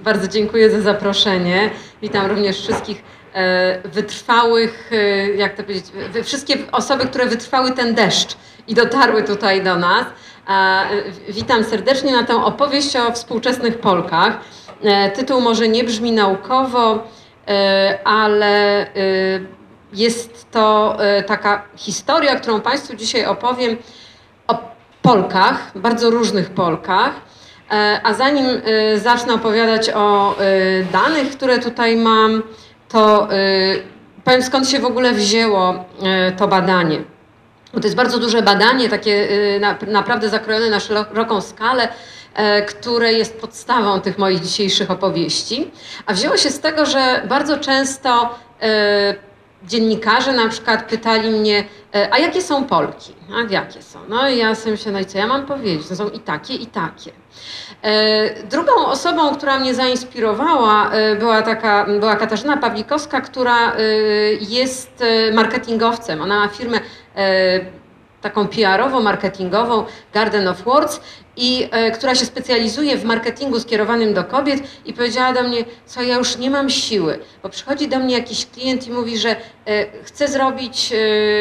Bardzo dziękuję za zaproszenie. Witam również wszystkich wytrwałych, jak to powiedzieć, wszystkie osoby, które wytrwały ten deszcz i dotarły tutaj do nas. Witam serdecznie na tę opowieść o współczesnych Polkach. Tytuł może nie brzmi naukowo, ale jest to taka historia, którą Państwu dzisiaj opowiem o Polkach, bardzo różnych Polkach. A zanim zacznę opowiadać o danych, które tutaj mam, to powiem, skąd się w ogóle wzięło to badanie. Bo to jest bardzo duże badanie, takie naprawdę zakrojone na szeroką skalę, które jest podstawą tych moich dzisiejszych opowieści. A wzięło się z tego, że bardzo często dziennikarze na przykład pytali mnie, a jakie są Polki? A jakie są? No i ja sobie myślę, no i co ja mam powiedzieć? No są i takie, i takie. Drugą osobą, która mnie zainspirowała, była Katarzyna Pawlikowska, która jest marketingowcem. Ona ma firmę taką PR-owo-marketingową Garden of Words i która się specjalizuje w marketingu skierowanym do kobiet i powiedziała do mnie, co ja już nie mam siły, bo przychodzi do mnie jakiś klient i mówi, że chce zrobić,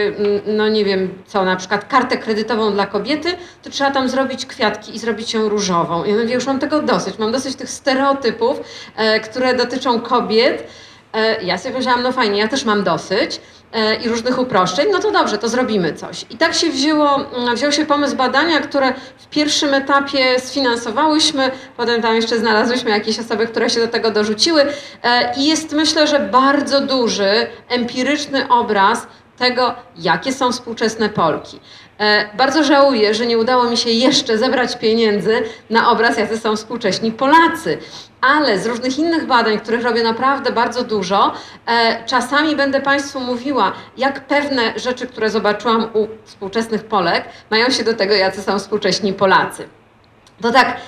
no nie wiem co, na przykład kartę kredytową dla kobiety, to trzeba tam zrobić kwiatki i zrobić ją różową. I ja mówię, już mam tego dosyć, mam dosyć tych stereotypów, które dotyczą kobiet. Ja sobie powiedziałam, no fajnie, ja też mam dosyć i różnych uproszczeń, no to dobrze, to zrobimy coś. I tak się wziął się pomysł badania, które w pierwszym etapie sfinansowałyśmy, potem tam jeszcze znalazłyśmy jakieś osoby, które się do tego dorzuciły i jest, myślę, że bardzo duży, empiryczny obraz tego, jakie są współczesne Polki. Bardzo żałuję, że nie udało mi się jeszcze zebrać pieniędzy na obraz, jacy są współcześni Polacy. Ale z różnych innych badań, których robię naprawdę bardzo dużo, czasami będę Państwu mówiła, jak pewne rzeczy, które zobaczyłam u współczesnych Polek, mają się do tego, jacy są współcześni Polacy. To tak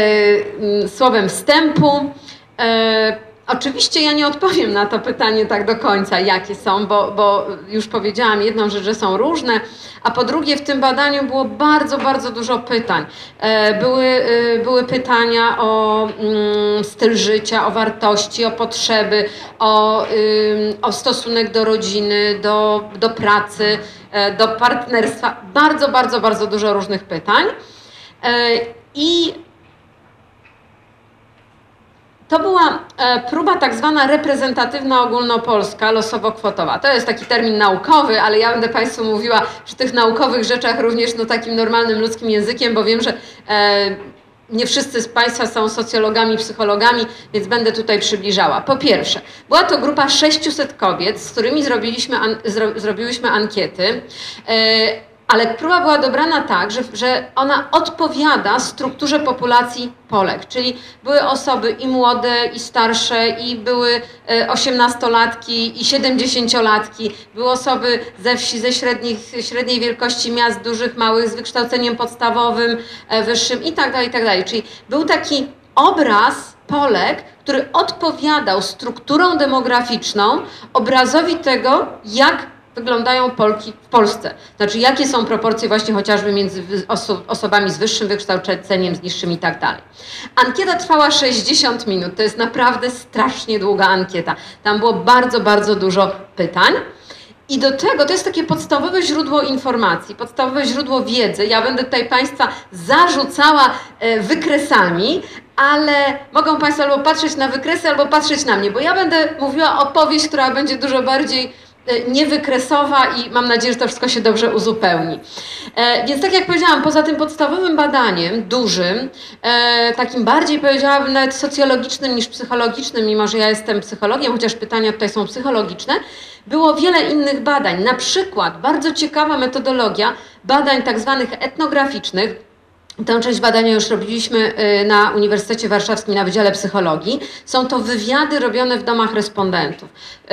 słowem wstępu. Oczywiście ja nie odpowiem na to pytanie tak do końca, jakie są, bo już powiedziałam jedną rzecz, że są różne, a po drugie w tym badaniu było bardzo, bardzo dużo pytań. Były pytania o styl życia, o wartości, o potrzeby, o stosunek do rodziny, do pracy, do partnerstwa. Bardzo, bardzo, bardzo dużo różnych pytań. I to była próba tak zwana reprezentatywna ogólnopolska, losowo-kwotowa. To jest taki termin naukowy, ale ja będę Państwu mówiła przy tych naukowych rzeczach również no, takim normalnym ludzkim językiem, bo wiem, że nie wszyscy z Państwa są socjologami, psychologami, więc będę tutaj przybliżała. Po pierwsze, była to grupa 600 kobiet, z którymi zrobiłyśmy ankiety, ale próba była dobrana tak, że ona odpowiada strukturze populacji Polek, czyli były osoby i młode, i starsze, i były 18-latki, i 70-latki, były osoby ze wsi, ze średniej wielkości miast, dużych, małych, z wykształceniem podstawowym, wyższym i tak dalej, i tak dalej. Czyli był taki obraz Polek, który odpowiadał strukturą demograficzną obrazowi tego, jak wyglądają Polki w Polsce. Znaczy, jakie są proporcje właśnie chociażby między osobami z wyższym wykształceniem, z niższym i tak dalej. Ankieta trwała 60 minut. To jest naprawdę strasznie długa ankieta. Tam było bardzo, bardzo dużo pytań. I do tego to jest takie podstawowe źródło informacji, podstawowe źródło wiedzy. Ja będę tutaj Państwa zarzucała wykresami, ale mogą Państwo albo patrzeć na wykresy, albo patrzeć na mnie, bo ja będę mówiła opowieść, która będzie dużo bardziej niewykresowa i mam nadzieję, że to wszystko się dobrze uzupełni. Więc tak jak powiedziałam, poza tym podstawowym badaniem, dużym, takim bardziej powiedziałabym nawet socjologicznym niż psychologicznym, mimo że ja jestem psychologiem, chociaż pytania tutaj są psychologiczne, było wiele innych badań. Na przykład bardzo ciekawa metodologia badań tak zwanych etnograficznych. Tę część badania już robiliśmy na Uniwersytecie Warszawskim na Wydziale Psychologii. Są to wywiady robione w domach respondentów.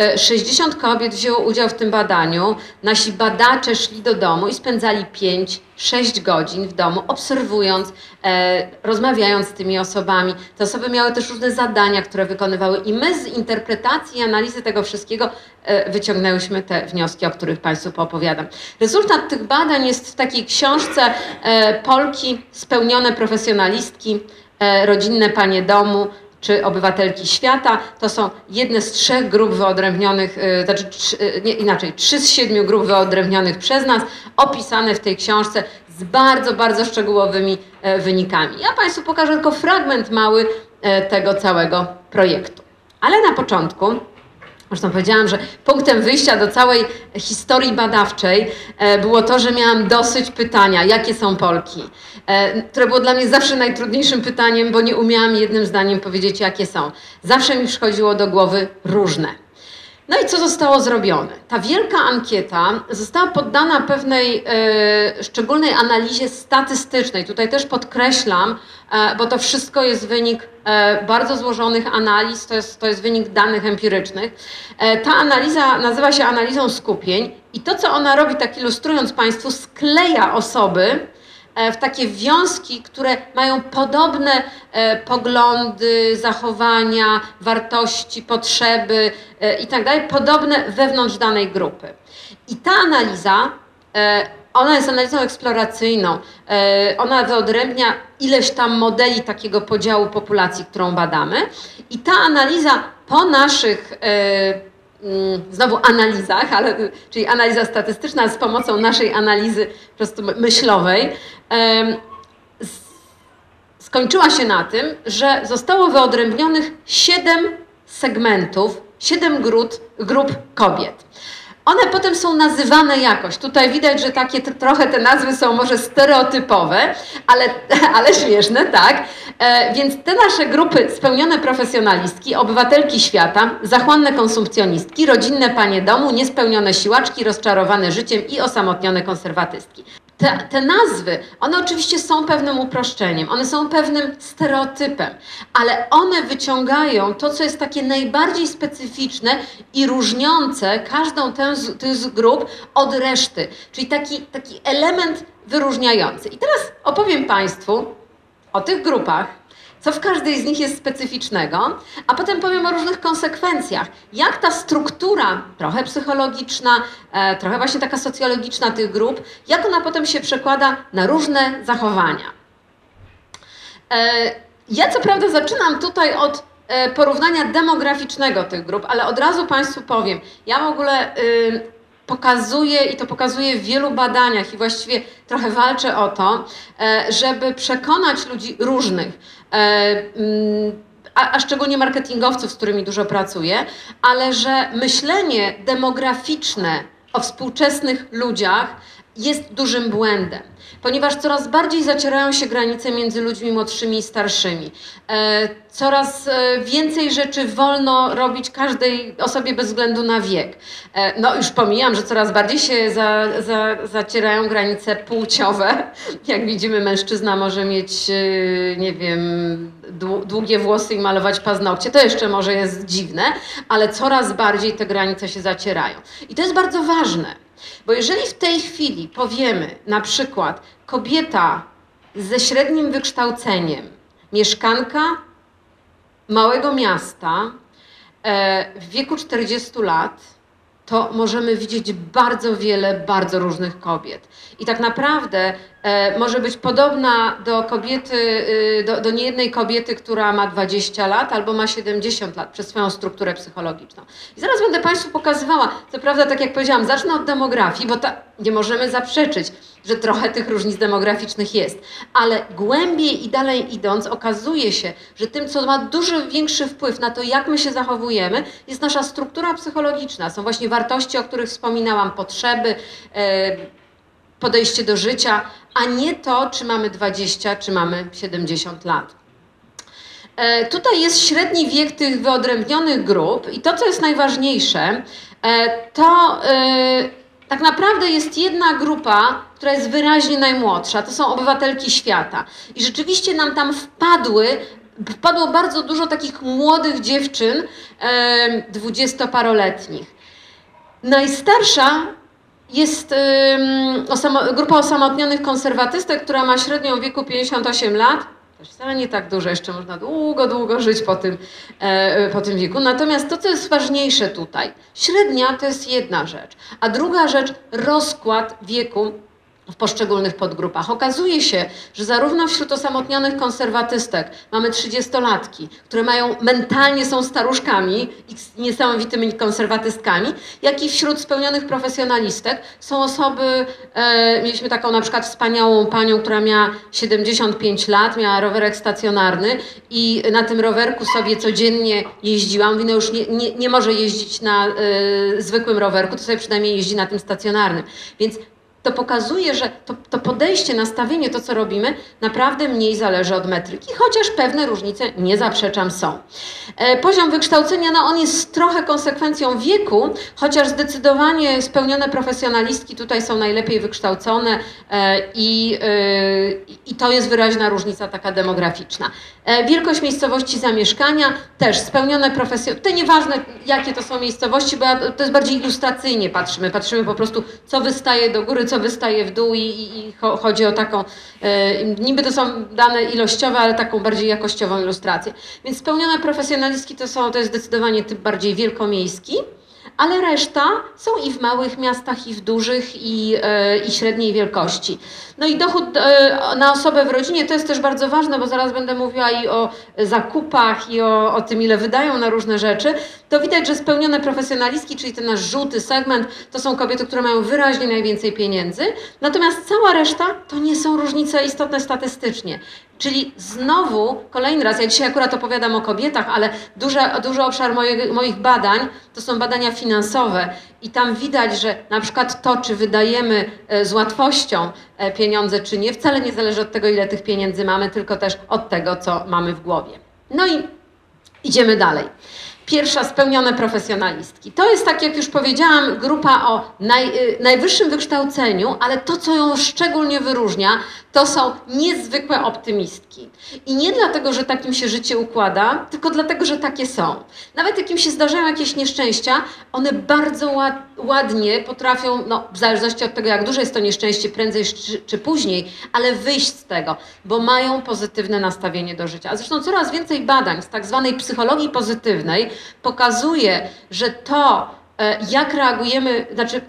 60 kobiet wzięło udział w tym badaniu. Nasi badacze szli do domu i spędzali 5-6 godzin w domu, obserwując, rozmawiając z tymi osobami. Te osoby miały też różne zadania, które wykonywały i my z interpretacji i analizy tego wszystkiego wyciągnęłyśmy te wnioski, o których Państwu poopowiadam. Rezultat tych badań jest w takiej książce Polki, spełnione profesjonalistki, rodzinne panie domu, czy Obywatelki Świata. To są jedne z 3 grup wyodrębnionych, znaczy inaczej, 3 z 7 grup wyodrębnionych przez nas, opisane w tej książce z bardzo, bardzo szczegółowymi wynikami. Ja Państwu pokażę tylko fragment mały tego całego projektu. Ale na początku, zresztą powiedziałam, że punktem wyjścia do całej historii badawczej było to, że miałam dosyć pytania, jakie są Polki, które było dla mnie zawsze najtrudniejszym pytaniem, bo nie umiałam jednym zdaniem powiedzieć, jakie są. Zawsze mi przychodziło do głowy różne. No i co zostało zrobione? Ta wielka ankieta została poddana pewnej szczególnej analizie statystycznej. Tutaj też podkreślam, bo to wszystko jest wynik bardzo złożonych analiz, to jest wynik danych empirycznych. Ta analiza nazywa się analizą skupień i to, co ona robi, tak ilustrując Państwu, skleja osoby w takie wiązki, które mają podobne poglądy, zachowania, wartości, potrzeby i tak dalej, podobne wewnątrz danej grupy. I ta analiza, ona jest analizą eksploracyjną, ona wyodrębnia ileś tam modeli takiego podziału populacji, którą badamy i ta analiza po naszych znowu analizach, czyli analiza statystyczna z pomocą naszej analizy po prostu myślowej, skończyła się na tym, że zostało wyodrębnionych 7 segmentów, 7 grup kobiet. One potem są nazywane jakoś. Tutaj widać, że takie trochę te nazwy są może stereotypowe, ale śmieszne, tak? Więc te nasze grupy spełnione profesjonalistki, obywatelki świata, zachłanne konsumpcjonistki, rodzinne panie domu, niespełnione siłaczki, rozczarowane życiem i osamotnione konserwatystki. Te nazwy, one oczywiście są pewnym uproszczeniem, one są pewnym stereotypem, ale one wyciągają to, co jest takie najbardziej specyficzne i różniące każdą z grup od reszty, czyli taki element wyróżniający. I teraz opowiem Państwu o tych grupach, co w każdej z nich jest specyficznego, a potem powiem o różnych konsekwencjach. Jak ta struktura, trochę psychologiczna, trochę właśnie taka socjologiczna tych grup, jak ona potem się przekłada na różne zachowania. Ja co prawda zaczynam tutaj od porównania demograficznego tych grup, ale od razu Państwu powiem, ja w ogóle pokazuję i to pokazuję w wielu badaniach i właściwie trochę walczę o to, żeby przekonać ludzi różnych, a szczególnie marketingowców, z którymi dużo pracuję, ale że myślenie demograficzne o współczesnych ludziach jest dużym błędem, ponieważ coraz bardziej zacierają się granice między ludźmi młodszymi i starszymi. Coraz więcej rzeczy wolno robić każdej osobie bez względu na wiek. No już pomijam, że coraz bardziej się zacierają granice płciowe. Jak widzimy, mężczyzna może mieć, nie wiem, długie włosy i malować paznokcie. To jeszcze może jest dziwne, ale coraz bardziej te granice się zacierają. I to jest bardzo ważne. Bo jeżeli w tej chwili powiemy na przykład kobieta ze średnim wykształceniem, mieszkanka małego miasta w wieku 40 lat, to możemy widzieć bardzo wiele bardzo różnych kobiet. I tak naprawdę może być podobna do kobiety, do niejednej kobiety, która ma 20 lat albo ma 70 lat przez swoją strukturę psychologiczną. I zaraz będę Państwu pokazywała, co prawda, tak jak powiedziałam, zacznę od demografii, bo nie możemy zaprzeczyć, że trochę tych różnic demograficznych jest. Ale głębiej i dalej idąc, okazuje się, że tym, co ma dużo większy wpływ na to, jak my się zachowujemy, jest nasza struktura psychologiczna. Są właśnie wartości, o których wspominałam, potrzeby, podejście do życia, a nie to, czy mamy 20, czy mamy 70 lat. Tutaj jest średni wiek tych wyodrębnionych grup i to, co jest najważniejsze, to tak naprawdę jest jedna grupa, która jest wyraźnie najmłodsza, to są obywatelki świata. I rzeczywiście nam tam wpadło bardzo dużo takich młodych dziewczyn, 20-paroletnich. Najstarsza jest grupa osamotnionych konserwatystek, która ma średnią wieku 58 lat. Też wcale nie tak dużo, jeszcze można długo żyć po tym wieku. Natomiast to, co jest ważniejsze tutaj, średnia to jest jedna rzecz, a druga rzecz, rozkład wieku w poszczególnych podgrupach. Okazuje się, że zarówno wśród osamotnionych konserwatystek mamy 30-latki, które mentalnie są staruszkami i niesamowitymi konserwatystkami, jak i wśród spełnionych profesjonalistek są osoby, mieliśmy taką na przykład wspaniałą panią, która miała 75 lat, miała rowerek stacjonarny i na tym rowerku sobie codziennie jeździła. Mówi, no już nie może jeździć na zwykłym rowerku, to sobie przynajmniej jeździ na tym stacjonarnym. Więc to pokazuje, że to podejście, nastawienie, to co robimy, naprawdę mniej zależy od metryki, chociaż pewne różnice, nie zaprzeczam, są. Poziom wykształcenia, no on jest trochę konsekwencją wieku, chociaż zdecydowanie spełnione profesjonalistki tutaj są najlepiej wykształcone i to jest wyraźna różnica taka demograficzna. Wielkość miejscowości zamieszkania, też spełnione profesjonalistki. To nieważne, jakie to są miejscowości, bo to jest bardziej ilustracyjnie patrzymy po prostu, co wystaje do góry, co wystaje w dół i chodzi o taką, niby to są dane ilościowe, ale taką bardziej jakościową ilustrację. Więc spełnione profesjonalistki to jest zdecydowanie typ bardziej wielkomiejski, ale reszta są i w małych miastach, i w dużych, i średniej wielkości. No i dochód na osobę w rodzinie to jest też bardzo ważne, bo zaraz będę mówiła i o zakupach, i o tym, ile wydają na różne rzeczy. To widać, że spełnione profesjonalistki, czyli ten nasz żółty segment, to są kobiety, które mają wyraźnie najwięcej pieniędzy. Natomiast cała reszta to nie są różnice istotne statystycznie. Czyli znowu, kolejny raz, ja dzisiaj akurat opowiadam o kobietach, ale duży obszar moich badań to są badania finansowe i tam widać, że na przykład to, czy wydajemy z łatwością pieniądze, czy nie, wcale nie zależy od tego, ile tych pieniędzy mamy, tylko też od tego, co mamy w głowie. No i idziemy dalej. Pierwsza, spełnione profesjonalistki. To jest, tak jak już powiedziałam, grupa o najwyższym wykształceniu, ale to, co ją szczególnie wyróżnia, to są niezwykłe optymistki. I nie dlatego, że takim się życie układa, tylko dlatego, że takie są. Nawet jak im się zdarzają jakieś nieszczęścia, one bardzo ładnie potrafią, no w zależności od tego, jak duże jest to nieszczęście, prędzej czy później, ale wyjść z tego, bo mają pozytywne nastawienie do życia. A zresztą coraz więcej badań z tak zwanej psychologii pozytywnej pokazuje, że to, jak reagujemy, znaczy,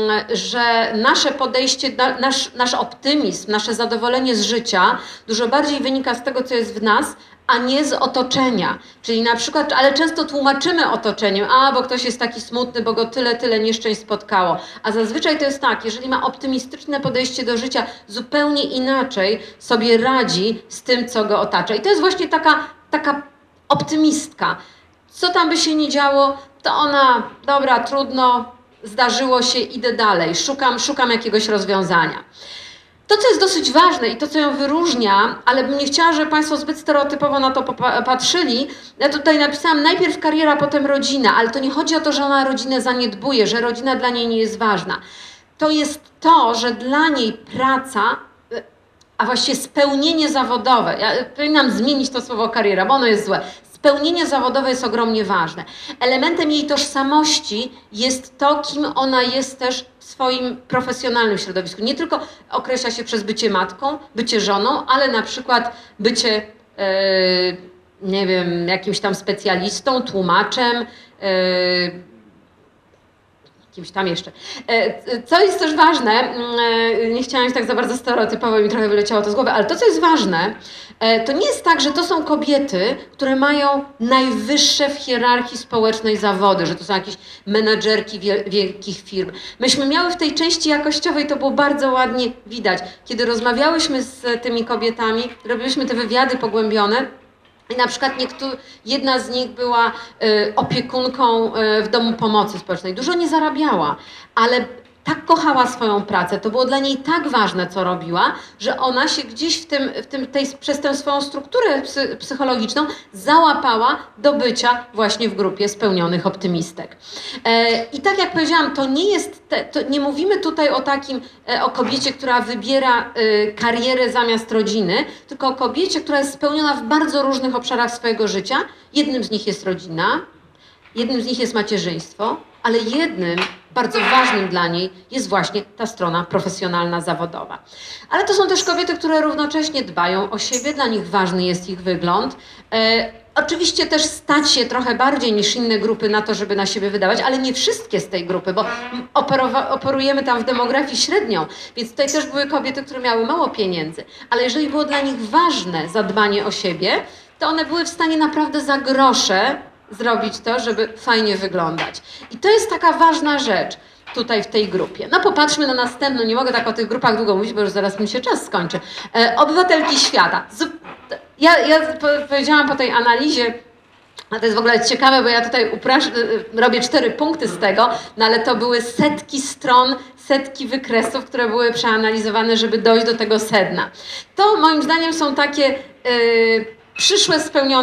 że nasze podejście, nasz optymizm, nasze zadowolenie z życia dużo bardziej wynika z tego, co jest w nas, a nie z otoczenia. Czyli na przykład, ale często tłumaczymy otoczeniem, bo ktoś jest taki smutny, bo go tyle nieszczęść spotkało. A zazwyczaj to jest tak, jeżeli ma optymistyczne podejście do życia, zupełnie inaczej sobie radzi z tym, co go otacza. I to jest właśnie taka optymistka. Co tam by się nie działo, to ona, dobra, trudno, zdarzyło się, idę dalej, szukam jakiegoś rozwiązania. To, co jest dosyć ważne i to, co ją wyróżnia, ale bym nie chciała, żeby Państwo zbyt stereotypowo na to patrzyli, ja tutaj napisałam najpierw kariera, potem rodzina, ale to nie chodzi o to, że ona rodzinę zaniedbuje, że rodzina dla niej nie jest ważna. To jest to, że dla niej praca, a właściwie spełnienie zawodowe, ja powinnam zmienić to słowo kariera, bo ono jest złe. Spełnienie zawodowe jest ogromnie ważne. Elementem jej tożsamości jest to, kim ona jest też w swoim profesjonalnym środowisku. Nie tylko określa się przez bycie matką, bycie żoną, ale na przykład bycie, nie wiem, jakimś tam specjalistą, tłumaczem, kimś tam jeszcze. Co jest też ważne, nie chciałam być tak za bardzo stereotypowo i mi trochę wyleciało to z głowy, ale to, co jest ważne, to nie jest tak, że to są kobiety, które mają najwyższe w hierarchii społecznej zawody, że to są jakieś menadżerki wielkich firm. Myśmy miały w tej części jakościowej, to było bardzo ładnie widać. Kiedy rozmawiałyśmy z tymi kobietami, robiliśmy te wywiady pogłębione, i na przykład jedna z nich była opiekunką w domu pomocy społecznej. Dużo nie zarabiała, ale tak kochała swoją pracę, to było dla niej tak ważne, co robiła, że ona się gdzieś przez tę swoją strukturę psychologiczną załapała do bycia właśnie w grupie spełnionych optymistek. I tak jak powiedziałam, to nie mówimy tutaj o kobiecie, która wybiera karierę zamiast rodziny, tylko o kobiecie, która jest spełniona w bardzo różnych obszarach swojego życia. Jednym z nich jest rodzina, jednym z nich jest macierzyństwo, ale jednym bardzo ważnym dla niej jest właśnie ta strona profesjonalna, zawodowa. Ale to są też kobiety, które równocześnie dbają o siebie, dla nich ważny jest ich wygląd Oczywiście też stać się trochę bardziej niż inne grupy na to, żeby na siebie wydawać, ale nie wszystkie z tej grupy, bo operujemy tam w demografii średnią, więc tutaj też były kobiety, które miały mało pieniędzy, ale jeżeli było dla nich ważne zadbanie o siebie, to one były w stanie naprawdę za grosze zrobić to, żeby fajnie wyglądać. I to jest taka ważna rzecz tutaj w tej grupie. No popatrzmy na następną, nie mogę tak o tych grupach długo mówić, bo już zaraz mi się czas skończy. Obywatelki świata. Ja powiedziałam po tej analizie, a to jest w ogóle ciekawe, bo ja tutaj robię 4 punkty z tego, no ale to były setki stron, setki wykresów, które były przeanalizowane, żeby dojść do tego sedna. To moim zdaniem są takie przyszłe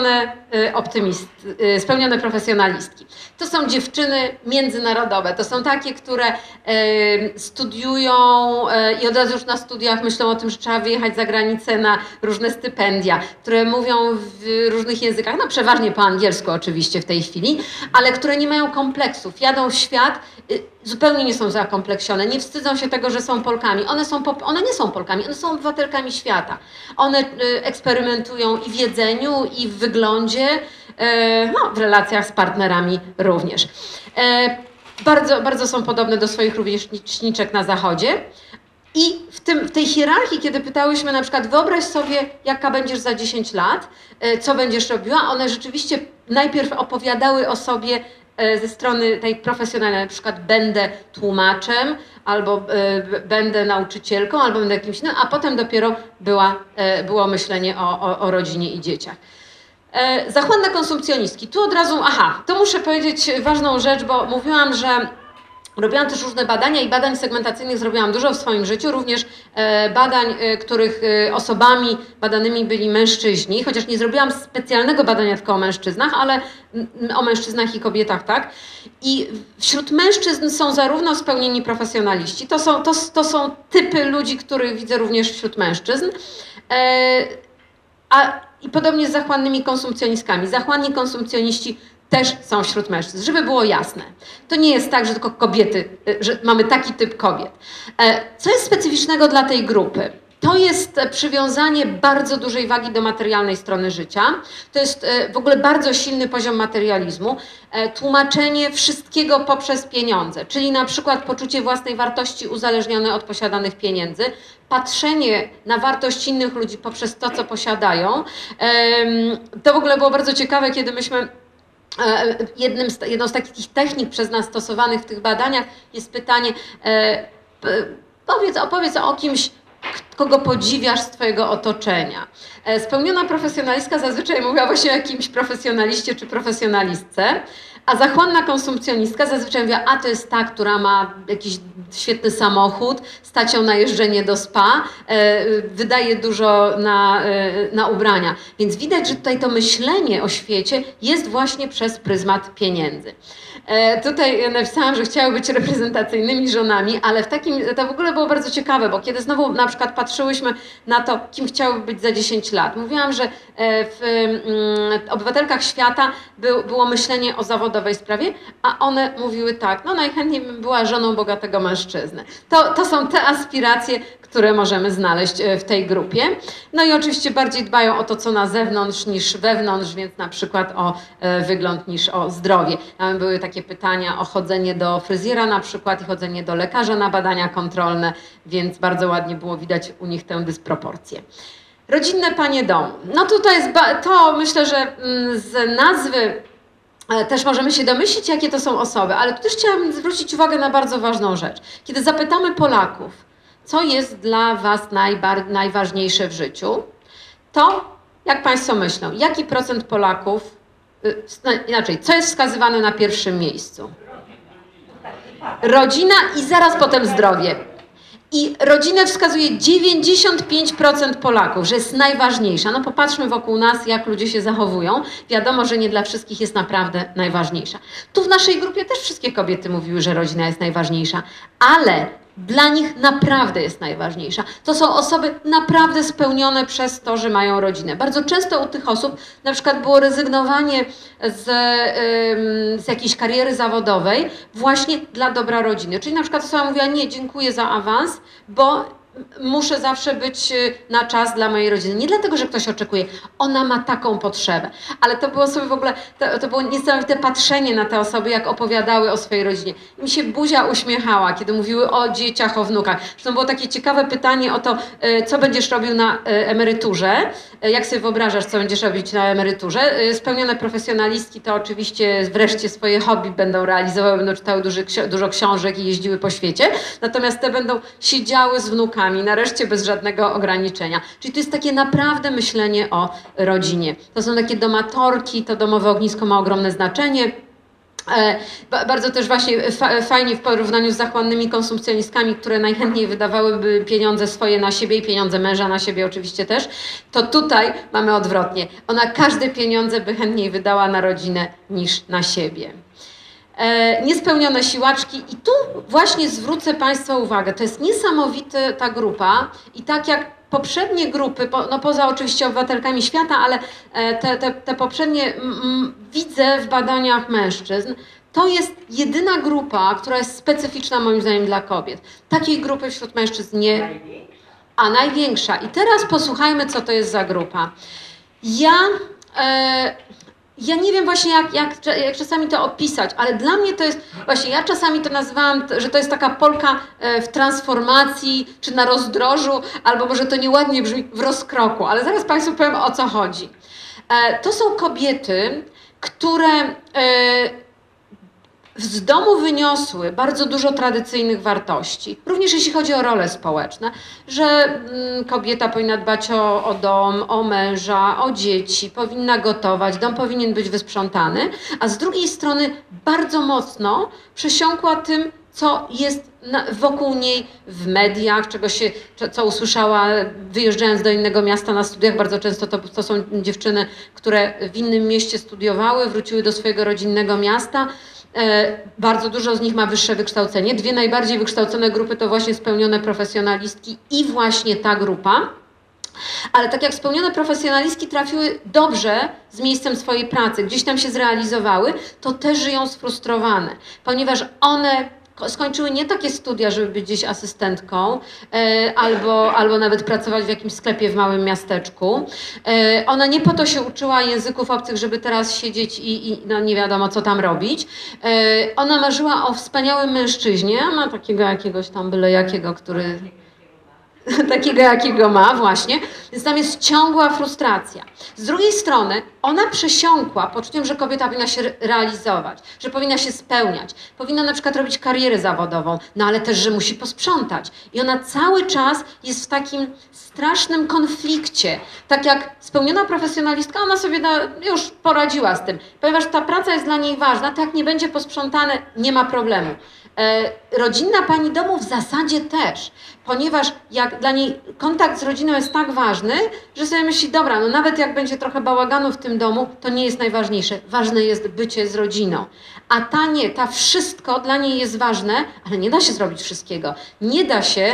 spełnione profesjonalistki. To są dziewczyny międzynarodowe, to są takie, które studiują i od razu już na studiach myślą o tym, że trzeba wyjechać za granicę na różne stypendia, które mówią w różnych językach, no przeważnie po angielsku oczywiście w tej chwili, ale które nie mają kompleksów, jadą w świat, zupełnie nie są zakompleksione, nie wstydzą się tego, że są Polkami. One nie są Polkami, one są obywatelkami świata. One eksperymentują i w jedzeniu, i w wyglądzie, no, w relacjach z partnerami również. Bardzo, bardzo są podobne do swoich rówieśniczek na Zachodzie. I w tej hierarchii, kiedy pytałyśmy na przykład, wyobraź sobie, jaka będziesz za 10 lat, co będziesz robiła, one rzeczywiście najpierw opowiadały o sobie ze strony tej profesjonalnej, na przykład będę tłumaczem, albo będę nauczycielką, albo będę jakimś innym, a potem dopiero było myślenie o rodzinie i dzieciach. Zachłanne konsumpcjonistki. Tu od razu, to muszę powiedzieć ważną rzecz, bo mówiłam, że robiłam też różne badania i badań segmentacyjnych zrobiłam dużo w swoim życiu, również badań, których osobami badanymi byli mężczyźni, chociaż nie zrobiłam specjalnego badania tylko o mężczyznach, ale o mężczyznach i kobietach, tak? I wśród mężczyzn są zarówno spełnieni profesjonaliści, to są typy ludzi, których widzę również wśród mężczyzn, i podobnie z zachłannymi konsumpcjonistkami. Zachłanni konsumpcjoniści też są wśród mężczyzn, żeby było jasne. To nie jest tak, że tylko kobiety, że mamy taki typ kobiet. Co jest specyficznego dla tej grupy? To jest przywiązanie bardzo dużej wagi do materialnej strony życia. To jest w ogóle bardzo silny poziom materializmu. Tłumaczenie wszystkiego poprzez pieniądze, czyli na przykład poczucie własnej wartości uzależnione od posiadanych pieniędzy, patrzenie na wartość innych ludzi poprzez to, co posiadają. To w ogóle było bardzo ciekawe, kiedy myśmy jedną z takich technik przez nas stosowanych w tych badaniach jest pytanie, opowiedz o kimś, kogo podziwiasz z twojego otoczenia. Spełniona profesjonalistka zazwyczaj mówiła właśnie o jakimś profesjonaliście czy profesjonalistce, a zachłanna konsumpcjonistka zazwyczaj mówiła, to jest ta, która ma jakiś świetny samochód, stać ją na jeżdżenie do spa, wydaje dużo na ubrania. Więc widać, że tutaj to myślenie o świecie jest właśnie przez pryzmat pieniędzy. Tutaj napisałam, że chciały być reprezentacyjnymi żonami, ale to w ogóle było bardzo ciekawe, bo kiedy znowu na przykład patrzyłyśmy na to, kim chciałyby być za 10 lat. Mówiłam, że w Obywatelkach Świata było myślenie o zawodowej sprawie, a one mówiły tak, no najchętniej bym była żoną bogatego mężczyzny. To są te aspiracje, które możemy znaleźć w tej grupie. No i oczywiście bardziej dbają o to, co na zewnątrz niż wewnątrz, więc na przykład o wygląd niż o zdrowie. Tam były takie pytania o chodzenie do fryzjera na przykład i chodzenie do lekarza na badania kontrolne, więc bardzo ładnie było widać u nich tę dysproporcję. Rodzinne panie domu. No tutaj to myślę, że z nazwy też możemy się domyślić, jakie to są osoby, ale tu też chciałabym zwrócić uwagę na bardzo ważną rzecz. Kiedy zapytamy Polaków, co jest dla was najważniejsze w życiu, to jak państwo myślą, jaki procent Polaków, inaczej, co jest wskazywane na pierwszym miejscu? Rodzina i zaraz potem zdrowie. I rodzinę wskazuje 95% Polaków, że jest najważniejsza. No popatrzmy wokół nas, jak ludzie się zachowują. Wiadomo, że nie dla wszystkich jest naprawdę najważniejsza. Tu w naszej grupie też wszystkie kobiety mówiły, że rodzina jest najważniejsza, ale dla nich naprawdę jest najważniejsza. To są osoby naprawdę spełnione przez to, że mają rodzinę. Bardzo często u tych osób na przykład było rezygnowanie z jakiejś kariery zawodowej właśnie dla dobra rodziny. Czyli na przykład osoba mówiła, nie, dziękuję za awans, bo muszę zawsze być na czas dla mojej rodziny. Nie dlatego, że ktoś oczekuje. Ona ma taką potrzebę. Ale to było sobie w ogóle, to było niesamowite patrzenie na te osoby, jak opowiadały o swojej rodzinie. I mi się buzia uśmiechała, kiedy mówiły o dzieciach, o wnukach. Zresztą było takie ciekawe pytanie o to, co będziesz robił na emeryturze. Jak sobie wyobrażasz, co będziesz robić na emeryturze? Spełnione profesjonalistki to oczywiście wreszcie swoje hobby będą realizowały, będą czytały dużo książek i jeździły po świecie. Natomiast te będą siedziały z wnukami, nareszcie bez żadnego ograniczenia. Czyli to jest takie naprawdę myślenie o rodzinie. To są takie domatorki, to domowe ognisko ma ogromne znaczenie. Bardzo też właśnie fajnie w porównaniu z zachłannymi konsumpcjonistkami, które najchętniej wydawałyby pieniądze swoje na siebie i pieniądze męża na siebie oczywiście też, to tutaj mamy odwrotnie. Ona każde pieniądze by chętniej wydała na rodzinę niż na siebie. Niespełnione siłaczki i tu właśnie zwrócę Państwa uwagę, to jest niesamowita ta grupa i tak jak poprzednie grupy, no poza oczywiście obywatelkami świata, ale te poprzednie widzę w badaniach mężczyzn, to jest jedyna grupa, która jest specyficzna moim zdaniem dla kobiet. Takiej grupy wśród mężczyzn nie, a największa. I teraz posłuchajmy, co to jest za grupa. Ja nie wiem właśnie jak czasami to opisać, ale dla mnie to jest, właśnie ja czasami to nazywałam, że to jest taka Polka w transformacji, czy na rozdrożu, albo może to nieładnie brzmi, w rozkroku, ale zaraz Państwu powiem, o co chodzi. To są kobiety, które z domu wyniosły bardzo dużo tradycyjnych wartości, również jeśli chodzi o role społeczne, że kobieta powinna dbać o dom, o męża, o dzieci, powinna gotować, dom powinien być wysprzątany, a z drugiej strony bardzo mocno przesiąkła tym, co jest wokół niej w mediach, co usłyszała wyjeżdżając do innego miasta na studiach. Bardzo często to są dziewczyny, które w innym mieście studiowały, wróciły do swojego rodzinnego miasta. Bardzo dużo z nich ma wyższe wykształcenie. Dwie najbardziej wykształcone grupy to właśnie spełnione profesjonalistki i właśnie ta grupa. Ale tak jak spełnione profesjonalistki trafiły dobrze z miejscem swojej pracy, gdzieś tam się zrealizowały, to też żyją sfrustrowane, ponieważ one skończyły nie takie studia, żeby być gdzieś asystentką albo nawet pracować w jakimś sklepie w małym miasteczku. Ona nie po to się uczyła języków obcych, żeby teraz siedzieć i no nie wiadomo co tam robić. Ona marzyła o wspaniałym mężczyźnie, ma takiego jakiegoś tam byle jakiego, który... takiego jakiego ma właśnie, więc tam jest ciągła frustracja. Z drugiej strony ona przesiąkła poczuciem, że kobieta powinna się realizować, że powinna się spełniać, powinna na przykład robić karierę zawodową, no ale też, że musi posprzątać. I ona cały czas jest w takim strasznym konflikcie. Tak jak spełniona profesjonalistka, ona sobie już poradziła z tym. Ponieważ ta praca jest dla niej ważna, to jak nie będzie posprzątane, nie ma problemu. Rodzinna pani domu w zasadzie też, ponieważ jak dla niej kontakt z rodziną jest tak ważny, że sobie myśli, dobra, no nawet jak będzie trochę bałaganu w tym domu, to nie jest najważniejsze. Ważne jest bycie z rodziną. A ta nie, ta wszystko dla niej jest ważne, ale nie da się zrobić wszystkiego. Nie da się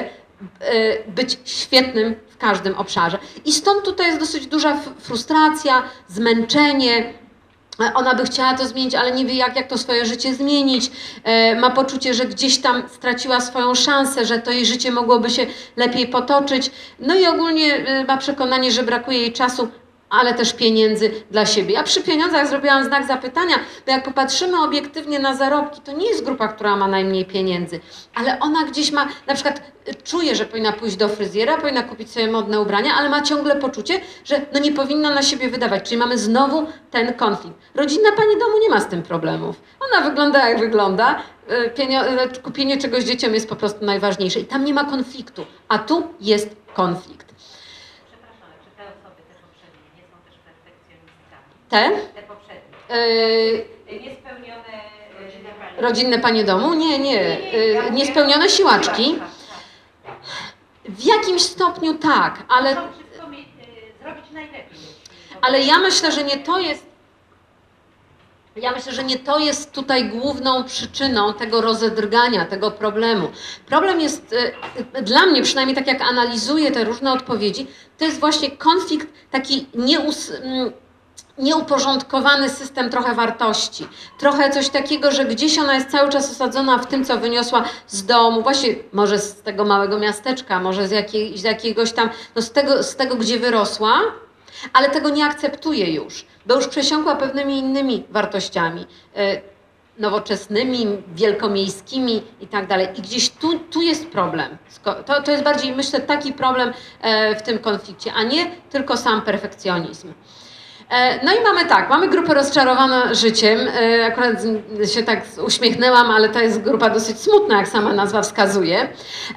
być świetnym w każdym obszarze. I stąd tutaj jest dosyć duża frustracja, zmęczenie. Ona by chciała to zmienić, ale nie wie jak to swoje życie zmienić. Ma poczucie, że gdzieś tam straciła swoją szansę, że to jej życie mogłoby się lepiej potoczyć. No i ogólnie ma przekonanie, że brakuje jej czasu, ale też pieniędzy dla siebie. Ja przy pieniądzach zrobiłam znak zapytania, bo jak popatrzymy obiektywnie na zarobki, to nie jest grupa, która ma najmniej pieniędzy, ale ona gdzieś ma, na przykład czuje, że powinna pójść do fryzjera, powinna kupić sobie modne ubrania, ale ma ciągle poczucie, że no nie powinna na siebie wydawać, czyli mamy znowu ten konflikt. Rodzinna pani domu nie ma z tym problemów. Ona wygląda jak wygląda, kupienie czegoś dzieciom jest po prostu najważniejsze i tam nie ma konfliktu, a tu jest konflikt. Te poprzednie. Niespełnione rodzinne panie domu? Nie. Niespełnione siłaczki. W jakimś stopniu tak, ale... Muszą wszystko zrobić najlepiej. Ale ja myślę, że nie to jest... Ja myślę, że nie to jest tutaj główną przyczyną tego rozedrgania, tego problemu. Problem jest, dla mnie przynajmniej tak jak analizuję te różne odpowiedzi, to jest właśnie konflikt taki nieuporządkowany system trochę wartości, trochę coś takiego, że gdzieś ona jest cały czas osadzona w tym, co wyniosła z domu, właśnie może z tego małego miasteczka, może z jakiegoś tam, no z tego, gdzie wyrosła, ale tego nie akceptuje już, bo już przesiąkła pewnymi innymi wartościami, nowoczesnymi, wielkomiejskimi i tak dalej. I gdzieś tu jest problem. To jest bardziej, myślę, taki problem w tym konflikcie, a nie tylko sam perfekcjonizm. No i mamy grupę rozczarowana życiem. Akurat się tak uśmiechnęłam, ale to jest grupa dosyć smutna, jak sama nazwa wskazuje.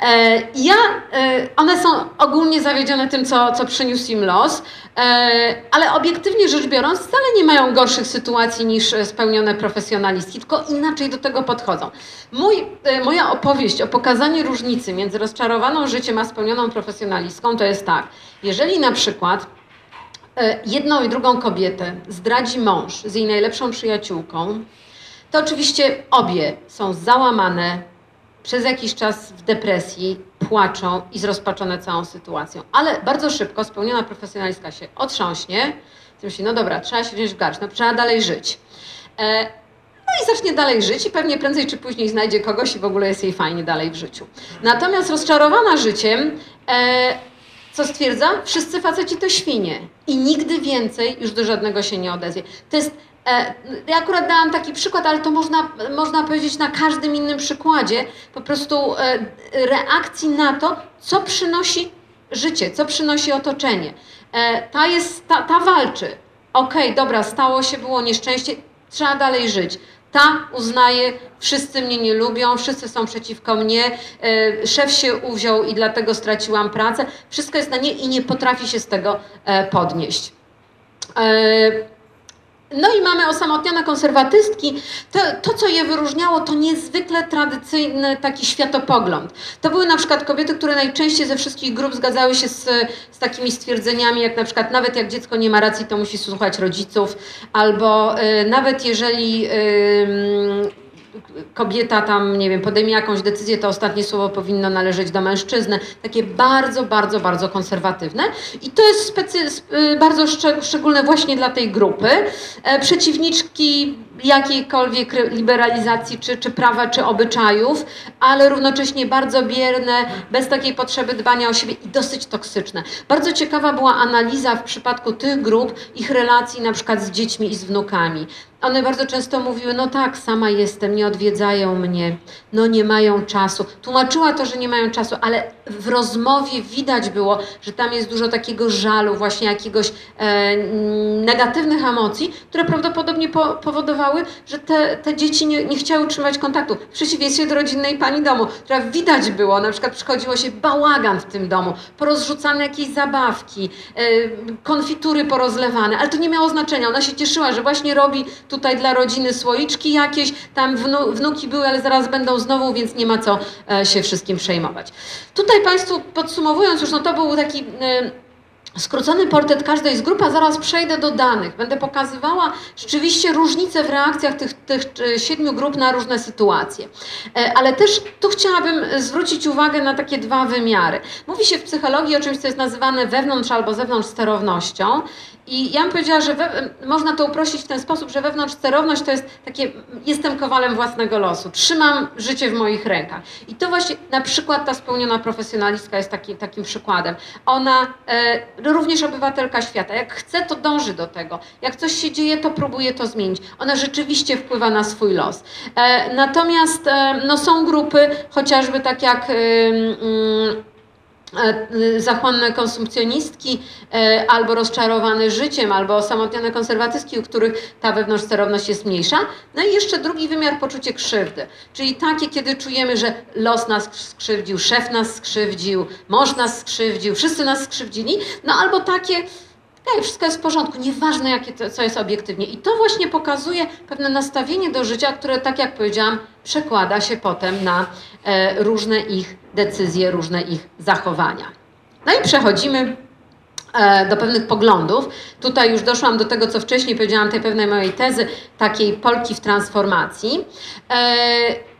One są ogólnie zawiedzione tym, co przyniósł im los, ale obiektywnie rzecz biorąc wcale nie mają gorszych sytuacji niż spełnione profesjonalistki, tylko inaczej do tego podchodzą. Moja opowieść o pokazaniu różnicy między rozczarowaną życiem a spełnioną profesjonalistką to jest tak, jeżeli na przykład jedną i drugą kobietę zdradzi mąż z jej najlepszą przyjaciółką, to oczywiście obie są załamane, przez jakiś czas w depresji, płaczą i zrozpaczone całą sytuacją. Ale bardzo szybko spełniona profesjonalistka się otrząśnie, myśli, no dobra, trzeba się wziąć w garść, no trzeba dalej żyć. No i zacznie dalej żyć i pewnie prędzej czy później znajdzie kogoś i w ogóle jest jej fajnie dalej w życiu. Natomiast rozczarowana życiem, co stwierdza? Wszyscy faceci to świnie i nigdy więcej już do żadnego się nie odezwie. To jest, ja akurat dałam taki przykład, ale to można powiedzieć na każdym innym przykładzie, po prostu reakcji na to, co przynosi życie, co przynosi otoczenie. Ta walczy. Okej, dobra, stało się, było nieszczęście, trzeba dalej żyć. Ta uznaje, wszyscy mnie nie lubią, wszyscy są przeciwko mnie, szef się uwziął i dlatego straciłam pracę. Wszystko jest na nie i nie potrafi się z tego podnieść. No i mamy osamotnione konserwatystki. To, co je wyróżniało, to niezwykle tradycyjny taki światopogląd. To były na przykład kobiety, które najczęściej ze wszystkich grup zgadzały się z takimi stwierdzeniami, jak na przykład nawet jak dziecko nie ma racji, to musi słuchać rodziców, albo nawet jeżeli kobieta tam, nie wiem, podejmie jakąś decyzję, to ostatnie słowo powinno należeć do mężczyzny. Takie bardzo, bardzo, bardzo konserwatywne. I to jest bardzo szczególne właśnie dla tej grupy. Przeciwniczki jakiejkolwiek liberalizacji, czy prawa, czy obyczajów, ale równocześnie bardzo bierne, bez takiej potrzeby dbania o siebie i dosyć toksyczne. Bardzo ciekawa była analiza w przypadku tych grup, ich relacji na przykład z dziećmi i z wnukami. One bardzo często mówiły, no tak, sama jestem, nie odwiedzają mnie, no nie mają czasu. Tłumaczyła to, że nie mają czasu, ale w rozmowie widać było, że tam jest dużo takiego żalu, właśnie jakiegoś negatywnych emocji, które prawdopodobnie powodowały, że te dzieci nie chciały utrzymywać kontaktu. W przeciwieństwie do rodzinnej pani domu, która widać było, na przykład przychodziło się bałagan w tym domu, porozrzucane jakieś zabawki, konfitury porozlewane, ale to nie miało znaczenia. Ona się cieszyła, że właśnie robi tutaj dla rodziny słoiczki jakieś, tam wnuki były, ale zaraz będą znowu, więc nie ma co się wszystkim przejmować. Tutaj Państwu podsumowując już, no to był taki skrócony portret każdej z grup, a zaraz przejdę do danych. Będę pokazywała rzeczywiście różnice w reakcjach tych 7 grup na różne sytuacje. Ale też tu chciałabym zwrócić uwagę na takie dwa wymiary. Mówi się w psychologii o czymś, co jest nazywane wewnątrz albo zewnątrz sterownością. I ja bym powiedziała, że można to uprościć w ten sposób, że wewnątrz sterowność to jest takie, jestem kowalem własnego losu, trzymam życie w moich rękach. I to właśnie na przykład ta spełniona profesjonalistka jest takim przykładem. Ona, również obywatelka świata, jak chce, to dąży do tego. Jak coś się dzieje, to próbuje to zmienić. Ona rzeczywiście wpływa na swój los. Natomiast no, są grupy, chociażby tak jak zachłanne konsumpcjonistki, albo rozczarowane życiem, albo osamotnione konserwatystki, u których ta wewnątrzsterowność jest mniejsza. No i jeszcze drugi wymiar, poczucie krzywdy. Czyli takie, kiedy czujemy, że los nas skrzywdził, szef nas skrzywdził, mąż nas skrzywdził, wszyscy nas skrzywdzili. No albo takie, wszystko jest w porządku, nieważne jakie co jest obiektywnie. I to właśnie pokazuje pewne nastawienie do życia, które, tak jak powiedziałam, przekłada się potem na różne ich decyzje, różne ich zachowania. No i przechodzimy do pewnych poglądów. Tutaj już doszłam do tego, co wcześniej powiedziałam, tej pewnej mojej tezy, takiej Polki w transformacji.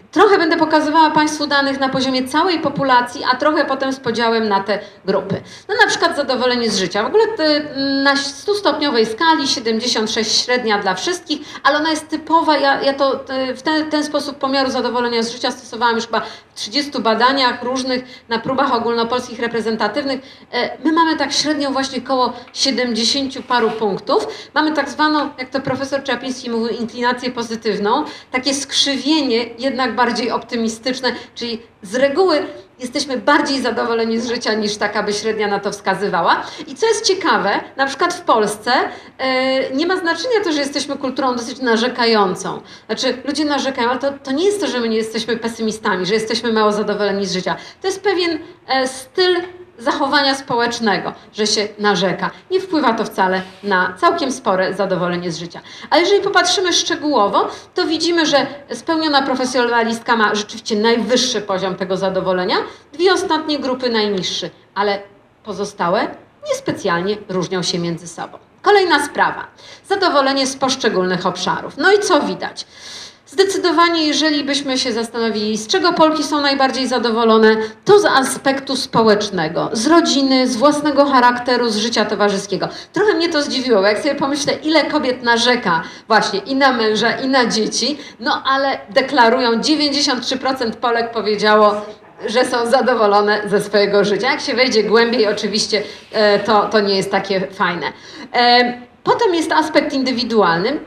Trochę będę pokazywała Państwu danych na poziomie całej populacji, a trochę potem z podziałem na te grupy. No na przykład zadowolenie z życia. W ogóle na 100-stopniowej skali 76 średnia dla wszystkich, ale ona jest typowa. Ja to w ten sposób pomiaru zadowolenia z życia stosowałam już chyba w 30 badaniach różnych, na próbach ogólnopolskich reprezentatywnych. My mamy tak średnią właśnie koło 70 paru punktów. Mamy tak zwaną, jak to profesor Czapiński mówił, inklinację pozytywną, takie skrzywienie jednak bardziej optymistyczne, czyli z reguły jesteśmy bardziej zadowoleni z życia niż taka by średnia na to wskazywała. I co jest ciekawe, na przykład w Polsce nie ma znaczenia to, że jesteśmy kulturą dosyć narzekającą. Znaczy ludzie narzekają, ale to nie jest to, że my nie jesteśmy pesymistami, że jesteśmy mało zadowoleni z życia. To jest pewien styl zachowania społecznego, że się narzeka. Nie wpływa to wcale na całkiem spore zadowolenie z życia. Ale jeżeli popatrzymy szczegółowo, to widzimy, że spełniona profesjonalistka ma rzeczywiście najwyższy poziom tego zadowolenia, dwie ostatnie grupy najniższy, ale pozostałe niespecjalnie różnią się między sobą. Kolejna sprawa. Zadowolenie z poszczególnych obszarów. No i co widać? Zdecydowanie, jeżeli byśmy się zastanowili, z czego Polki są najbardziej zadowolone, to z aspektu społecznego, z rodziny, z własnego charakteru, z życia towarzyskiego. Trochę mnie to zdziwiło, bo jak sobie pomyślę, ile kobiet narzeka właśnie i na męża, i na dzieci, no ale deklarują, 93% Polek powiedziało, że są zadowolone ze swojego życia. Jak się wejdzie głębiej, oczywiście to nie jest takie fajne. Potem jest aspekt indywidualny.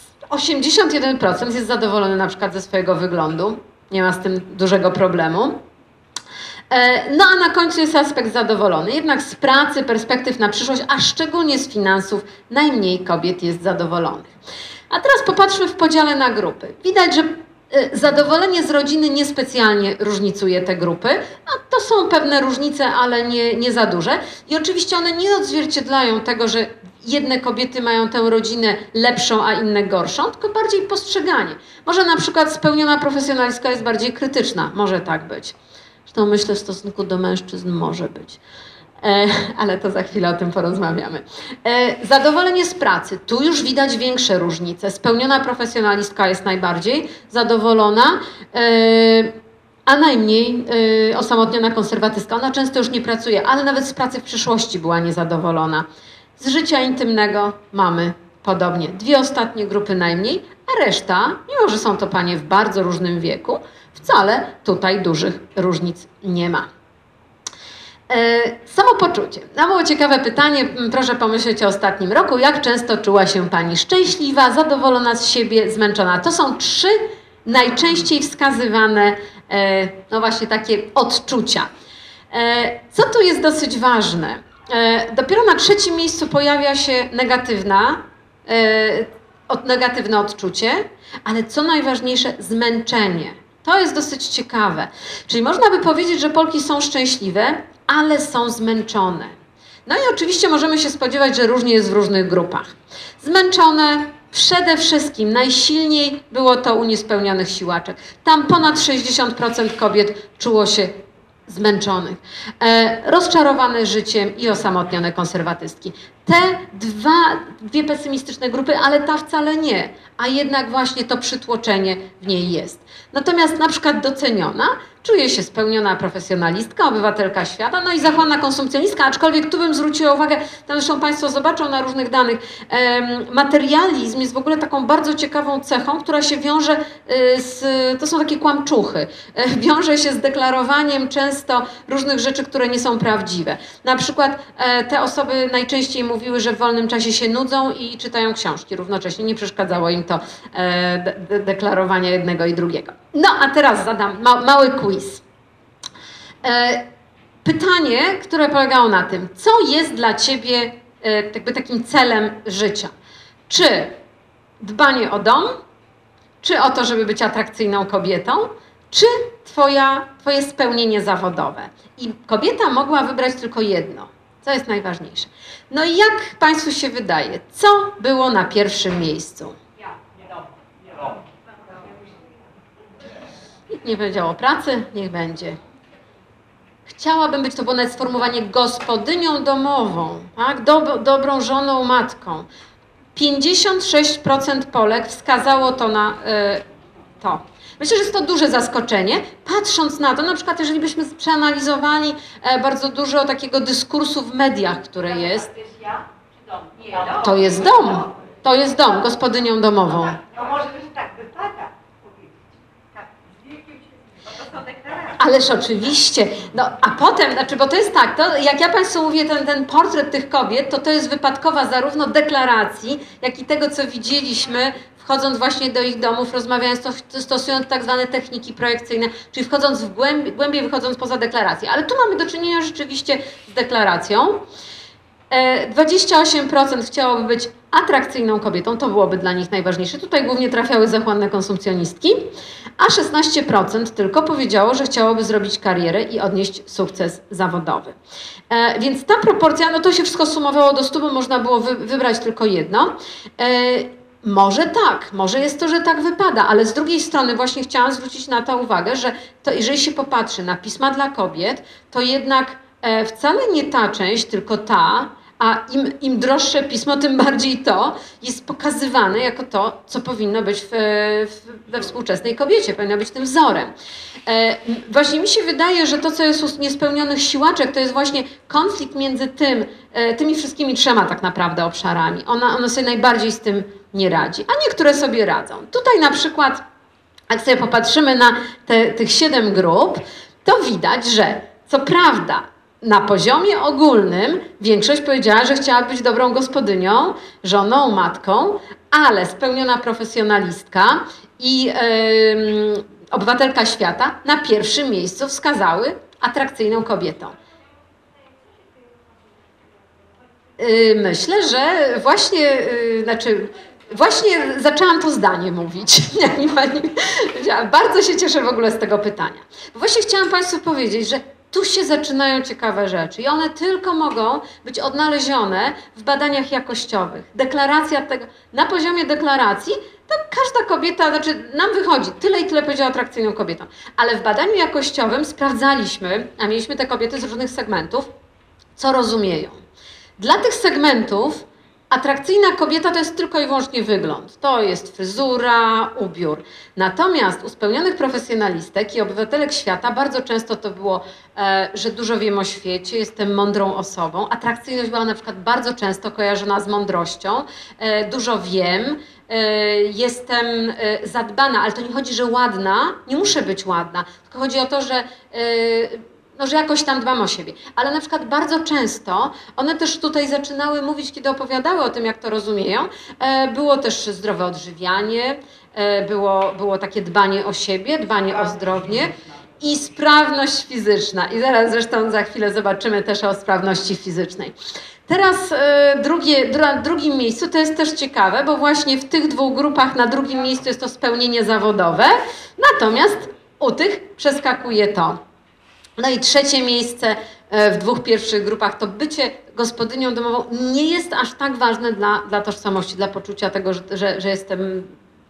81% jest zadowolony na przykład ze swojego wyglądu, nie ma z tym dużego problemu. No a na końcu jest aspekt zadowolony. Jednak z pracy, perspektyw na przyszłość, a szczególnie z finansów, najmniej kobiet jest zadowolonych. A teraz popatrzmy w podziale na grupy. Widać, że zadowolenie z rodziny niespecjalnie różnicuje te grupy. No, to są pewne różnice, ale nie za duże. I oczywiście one nie odzwierciedlają tego, że jedne kobiety mają tę rodzinę lepszą, a inne gorszą, tylko bardziej postrzeganie. Może na przykład spełniona profesjonalistka jest bardziej krytyczna. Może tak być. Zresztą myślę, w stosunku do mężczyzn może być. Ale to za chwilę o tym porozmawiamy. Zadowolenie z pracy. Tu już widać większe różnice. Spełniona profesjonalistka jest najbardziej zadowolona, a najmniej osamotniona konserwatystka. Ona często już nie pracuje, ale nawet z pracy w przyszłości była niezadowolona. Z życia intymnego mamy podobnie. Dwie ostatnie grupy najmniej, a reszta, mimo że są to panie w bardzo różnym wieku, wcale tutaj dużych różnic nie ma. Samopoczucie. No było ciekawe pytanie, proszę pomyśleć o ostatnim roku. Jak często czuła się pani szczęśliwa, zadowolona z siebie, zmęczona? To są trzy najczęściej wskazywane, no właśnie takie odczucia. Co tu jest dosyć ważne? Dopiero na trzecim miejscu pojawia się negatywne odczucie, ale co najważniejsze, zmęczenie. To jest dosyć ciekawe. Czyli można by powiedzieć, że Polki są szczęśliwe, ale są zmęczone. No i oczywiście możemy się spodziewać, że różnie jest w różnych grupach. Zmęczone przede wszystkim, najsilniej było to u niespełnionych siłaczek. Tam ponad 60% kobiet czuło się zmęczonych, rozczarowane życiem i osamotnione konserwatystki. Te dwie pesymistyczne grupy, ale ta wcale nie, a jednak właśnie to przytłoczenie w niej jest. Natomiast na przykład doceniona czuje się spełniona profesjonalistka, obywatelka świata, no i zachłanna konsumpcjonistka, aczkolwiek tu bym zwróciła uwagę, tam zresztą Państwo zobaczą na różnych danych, materializm jest w ogóle taką bardzo ciekawą cechą, która się wiąże to są takie kłamczuchy, wiąże się z deklarowaniem często różnych rzeczy, które nie są prawdziwe. Na przykład te osoby najczęściej mówiły, że w wolnym czasie się nudzą i czytają książki równocześnie, nie przeszkadzało im to deklarowania jednego i drugiego. No a teraz zadam mały quiz. Pytanie, które polegało na tym, co jest dla Ciebie jakby takim celem życia? Czy dbanie o dom, czy o to, żeby być atrakcyjną kobietą, czy Twoje spełnienie zawodowe? I kobieta mogła wybrać tylko jedno. Co jest najważniejsze? No i jak Państwu się wydaje, co było na pierwszym miejscu? Nikt nie powiedział o pracy, niech będzie. Chciałabym być, to było nawet sformułowanie, gospodynią domową, tak? Dobrą żoną, matką. 56% Polek wskazało to na to. Myślę, że jest to duże zaskoczenie, patrząc na to, na przykład jeżeli byśmy przeanalizowali bardzo dużo takiego dyskursu w mediach, które jest. To jest ja czy dom? Nie, dom. To jest dom. To jest dom, gospodynią domową. No może być tak, wypada powiedzieć. Tak, z wielkim bo to są deklaracje. Ależ oczywiście. No, a potem, znaczy, bo to jest tak, to jak ja Państwu mówię, ten portret tych kobiet, to jest wypadkowa zarówno deklaracji, jak i tego, co widzieliśmy, wchodząc właśnie do ich domów, rozmawiając, stosując tak zwane techniki projekcyjne, czyli wchodząc w głębiej wychodząc poza deklarację. Ale tu mamy do czynienia rzeczywiście z deklaracją. 28% chciałoby być atrakcyjną kobietą, to byłoby dla nich najważniejsze. Tutaj głównie trafiały zachłanne konsumpcjonistki, a 16% tylko powiedziało, że chciałoby zrobić karierę i odnieść sukces zawodowy. Więc ta proporcja, no to się wszystko sumowało do 100, bo można było wybrać tylko jedno. Może tak, może jest to, że tak wypada, ale z drugiej strony właśnie chciałam zwrócić na to uwagę, że to, jeżeli się popatrzy na pisma dla kobiet, to jednak wcale nie ta część, tylko ta, a im droższe pismo, tym bardziej to jest pokazywane jako to, co powinno być we współczesnej kobiecie, powinno być tym wzorem. Właśnie mi się wydaje, że to, co jest u niespełnionych siłaczek, to jest właśnie konflikt między tymi wszystkimi trzema tak naprawdę obszarami. Ona sobie najbardziej z tym nie radzi, a niektóre sobie radzą. Tutaj na przykład, jak sobie popatrzymy na tych 7 grup, to widać, że co prawda na poziomie ogólnym większość powiedziała, że chciała być dobrą gospodynią, żoną, matką, ale spełniona profesjonalistka i obywatelka świata na pierwszym miejscu wskazały atrakcyjną kobietą. Myślę, że właśnie zaczęłam to zdanie mówić. Bardzo się cieszę w ogóle z tego pytania. Bo właśnie chciałam Państwu powiedzieć, że tu się zaczynają ciekawe rzeczy i one tylko mogą być odnalezione w badaniach jakościowych. Deklaracja tego, na poziomie deklaracji to każda kobieta, nam wychodzi tyle i tyle powiedziała atrakcyjną kobietą, ale w badaniu jakościowym sprawdzaliśmy, a mieliśmy te kobiety z różnych segmentów, co rozumieją. Dla tych segmentów atrakcyjna kobieta to jest tylko i wyłącznie wygląd. To jest fryzura, ubiór. Natomiast u spełnionych profesjonalistek i obywatelek świata bardzo często to było, że dużo wiem o świecie, jestem mądrą osobą. Atrakcyjność była na przykład bardzo często kojarzona z mądrością. Dużo wiem, jestem zadbana, ale to nie chodzi, że ładna, nie muszę być ładna, tylko chodzi o to, że jakoś tam dbam o siebie. Ale na przykład bardzo często one też tutaj zaczynały mówić, kiedy opowiadały o tym, jak to rozumieją. Było też zdrowe odżywianie, było takie dbanie o siebie, dbanie o zdrowie i sprawność fizyczna. I zaraz zresztą za chwilę zobaczymy też o sprawności fizycznej. Teraz na drugim miejscu to jest też ciekawe, bo właśnie w tych dwóch grupach na drugim miejscu jest to spełnienie zawodowe, natomiast u tych przeskakuje to. No i trzecie miejsce w dwóch pierwszych grupach to bycie gospodynią domową nie jest aż tak ważne dla tożsamości, dla poczucia tego, że jestem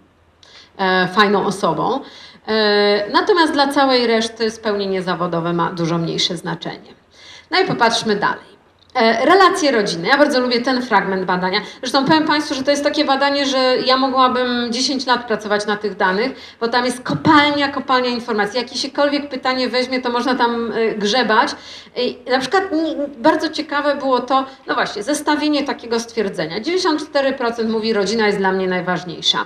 fajną osobą. Natomiast dla całej reszty spełnienie zawodowe ma dużo mniejsze znaczenie. No i popatrzmy dalej. Relacje rodzinne. Ja bardzo lubię ten fragment badania. Zresztą powiem Państwu, że to jest takie badanie, że ja mogłabym 10 lat pracować na tych danych, bo tam jest kopalnia informacji. Jakiekolwiek pytanie weźmie, to można tam grzebać. I na przykład bardzo ciekawe było to, no właśnie, zestawienie takiego stwierdzenia. 94% mówi, rodzina jest dla mnie najważniejsza.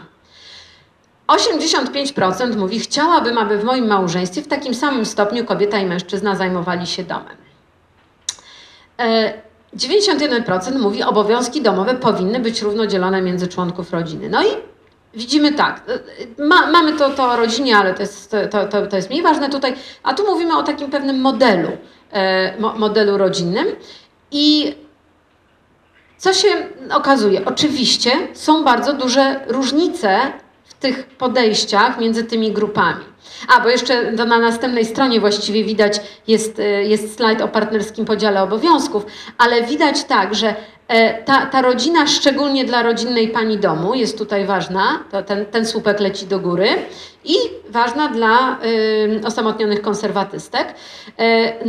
85% mówi, chciałabym, aby w moim małżeństwie w takim samym stopniu kobieta i mężczyzna zajmowali się domem. 91% mówi, obowiązki domowe powinny być równo dzielone między członków rodziny. No i widzimy tak, mamy to o rodzinie, ale to jest mniej ważne tutaj, a tu mówimy o takim pewnym modelu rodzinnym. I co się okazuje? Oczywiście są bardzo duże różnice w tych podejściach między tymi grupami. Bo jeszcze na następnej stronie właściwie widać, jest slajd o partnerskim podziale obowiązków, ale widać tak, że ta rodzina, szczególnie dla rodzinnej pani domu, jest tutaj ważna, ten słupek leci do góry i ważna dla osamotnionych konserwatystek.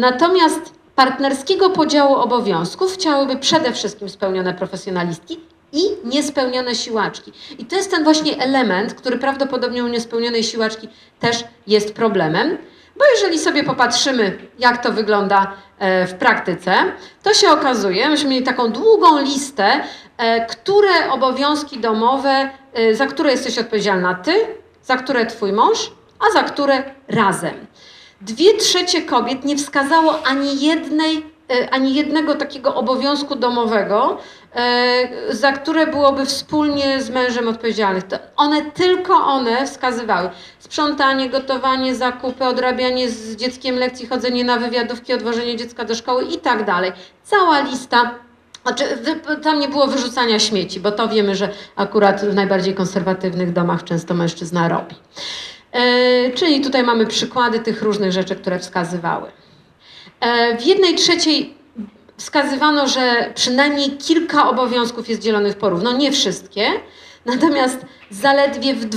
Natomiast partnerskiego podziału obowiązków chciałyby przede wszystkim spełnione profesjonalistki i niespełnione siłaczki. I to jest ten właśnie element, który prawdopodobnie u niespełnionej siłaczki też jest problemem, bo jeżeli sobie popatrzymy, jak to wygląda w praktyce, to się okazuje, myśmy mieli taką długą listę, które obowiązki domowe, za które jesteś odpowiedzialna ty, za które twój mąż, a za które razem. 2/3 kobiet nie wskazało ani jednego takiego obowiązku domowego, za które byłoby wspólnie z mężem odpowiedzialnych. To tylko one wskazywały. Sprzątanie, gotowanie, zakupy, odrabianie z dzieckiem lekcji, chodzenie na wywiadówki, odwożenie dziecka do szkoły i tak dalej. Cała lista. Znaczy, tam nie było wyrzucania śmieci, bo to wiemy, że akurat w najbardziej konserwatywnych domach często mężczyzna robi. Czyli tutaj mamy przykłady tych różnych rzeczy, które wskazywały. W 1/3 wskazywano, że przynajmniej kilka obowiązków jest dzielonych porówno, nie wszystkie, natomiast zaledwie w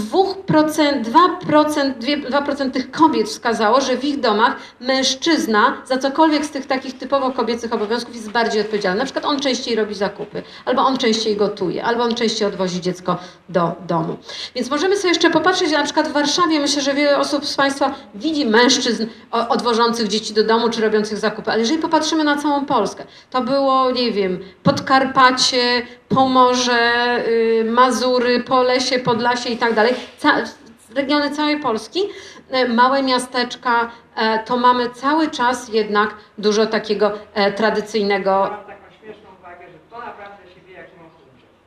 2% tych kobiet wskazało, że w ich domach mężczyzna za cokolwiek z tych takich typowo kobiecych obowiązków jest bardziej odpowiedzialny. Na przykład on częściej robi zakupy, albo on częściej gotuje, albo on częściej odwozi dziecko do domu. Więc możemy sobie jeszcze popatrzeć, na przykład w Warszawie, myślę, że wiele osób z Państwa widzi mężczyzn odwożących dzieci do domu, czy robiących zakupy, ale jeżeli popatrzymy na całą Polskę, to było, nie wiem, Podkarpacie, Pomorze, Mazury, Polesie, Podlasie i tak dalej, regiony całej Polski, małe miasteczka, to mamy cały czas jednak dużo takiego tradycyjnego... Mam taką śmieszną uwagę, że to naprawdę się wie, jak się mąż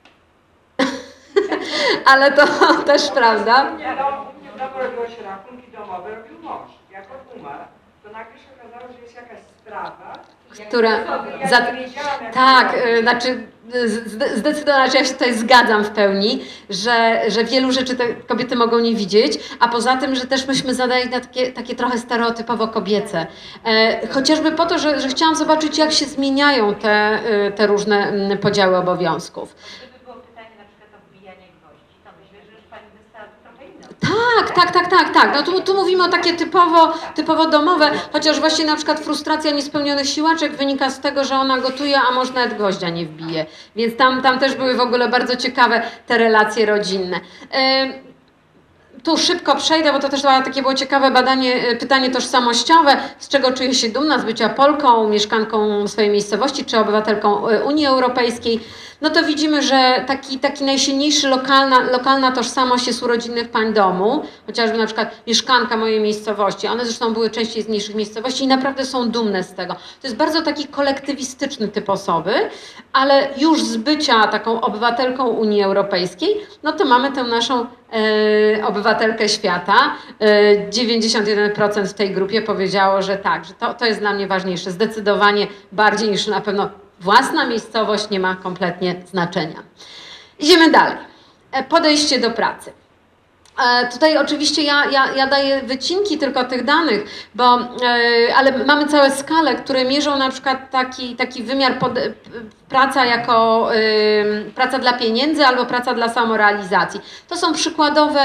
uczy. Ale to też prawda. Nie, no, u mnie w domu robiło się rachunki domowe, robił mąż. Jak on umarł, to nagle się okazało, że jest jakaś sprawa, która... ja nie wiedziałam, jak Tak, znaczy zdecydowanie ja się tutaj zgadzam w pełni, że wielu rzeczy te kobiety mogą nie widzieć, a poza tym, że też myśmy zadali na takie trochę stereotypowo kobiece. Chociażby po to, że chciałam zobaczyć, jak się zmieniają te różne podziały obowiązków. Gdyby było pytanie na przykład o wbijanie gwoździ, to myślę, że już pani wystarczy trochę inną. Tak. No tu mówimy o takie typowo domowe, chociaż właśnie na przykład frustracja niespełnionych siłaczek wynika z tego, że ona gotuje, a mąż nawet gwoździa nie wbije. Więc tam też były w ogóle bardzo ciekawe te relacje rodzinne. Tu szybko przejdę, bo to też takie było ciekawe pytanie tożsamościowe, z czego czuję się dumna, z bycia Polką, mieszkanką swojej miejscowości, czy obywatelką Unii Europejskiej. No to widzimy, że taki najsilniejszy lokalna tożsamość jest u rodzinnych pań domu, chociażby na przykład mieszkanka mojej miejscowości. One zresztą były częściej z mniejszych miejscowości i naprawdę są dumne z tego. To jest bardzo taki kolektywistyczny typ osoby, ale już z bycia taką obywatelką Unii Europejskiej, no to mamy tę naszą obywatelkę świata. 91% w tej grupie powiedziało, że tak, że to jest dla mnie ważniejsze, zdecydowanie bardziej niż na pewno własna miejscowość nie ma kompletnie znaczenia. Idziemy dalej. Podejście do pracy. Tutaj oczywiście ja daję wycinki tylko tych danych, ale mamy całe skale, które mierzą na przykład taki wymiar praca jako praca dla pieniędzy albo praca dla samorealizacji. To są przykładowe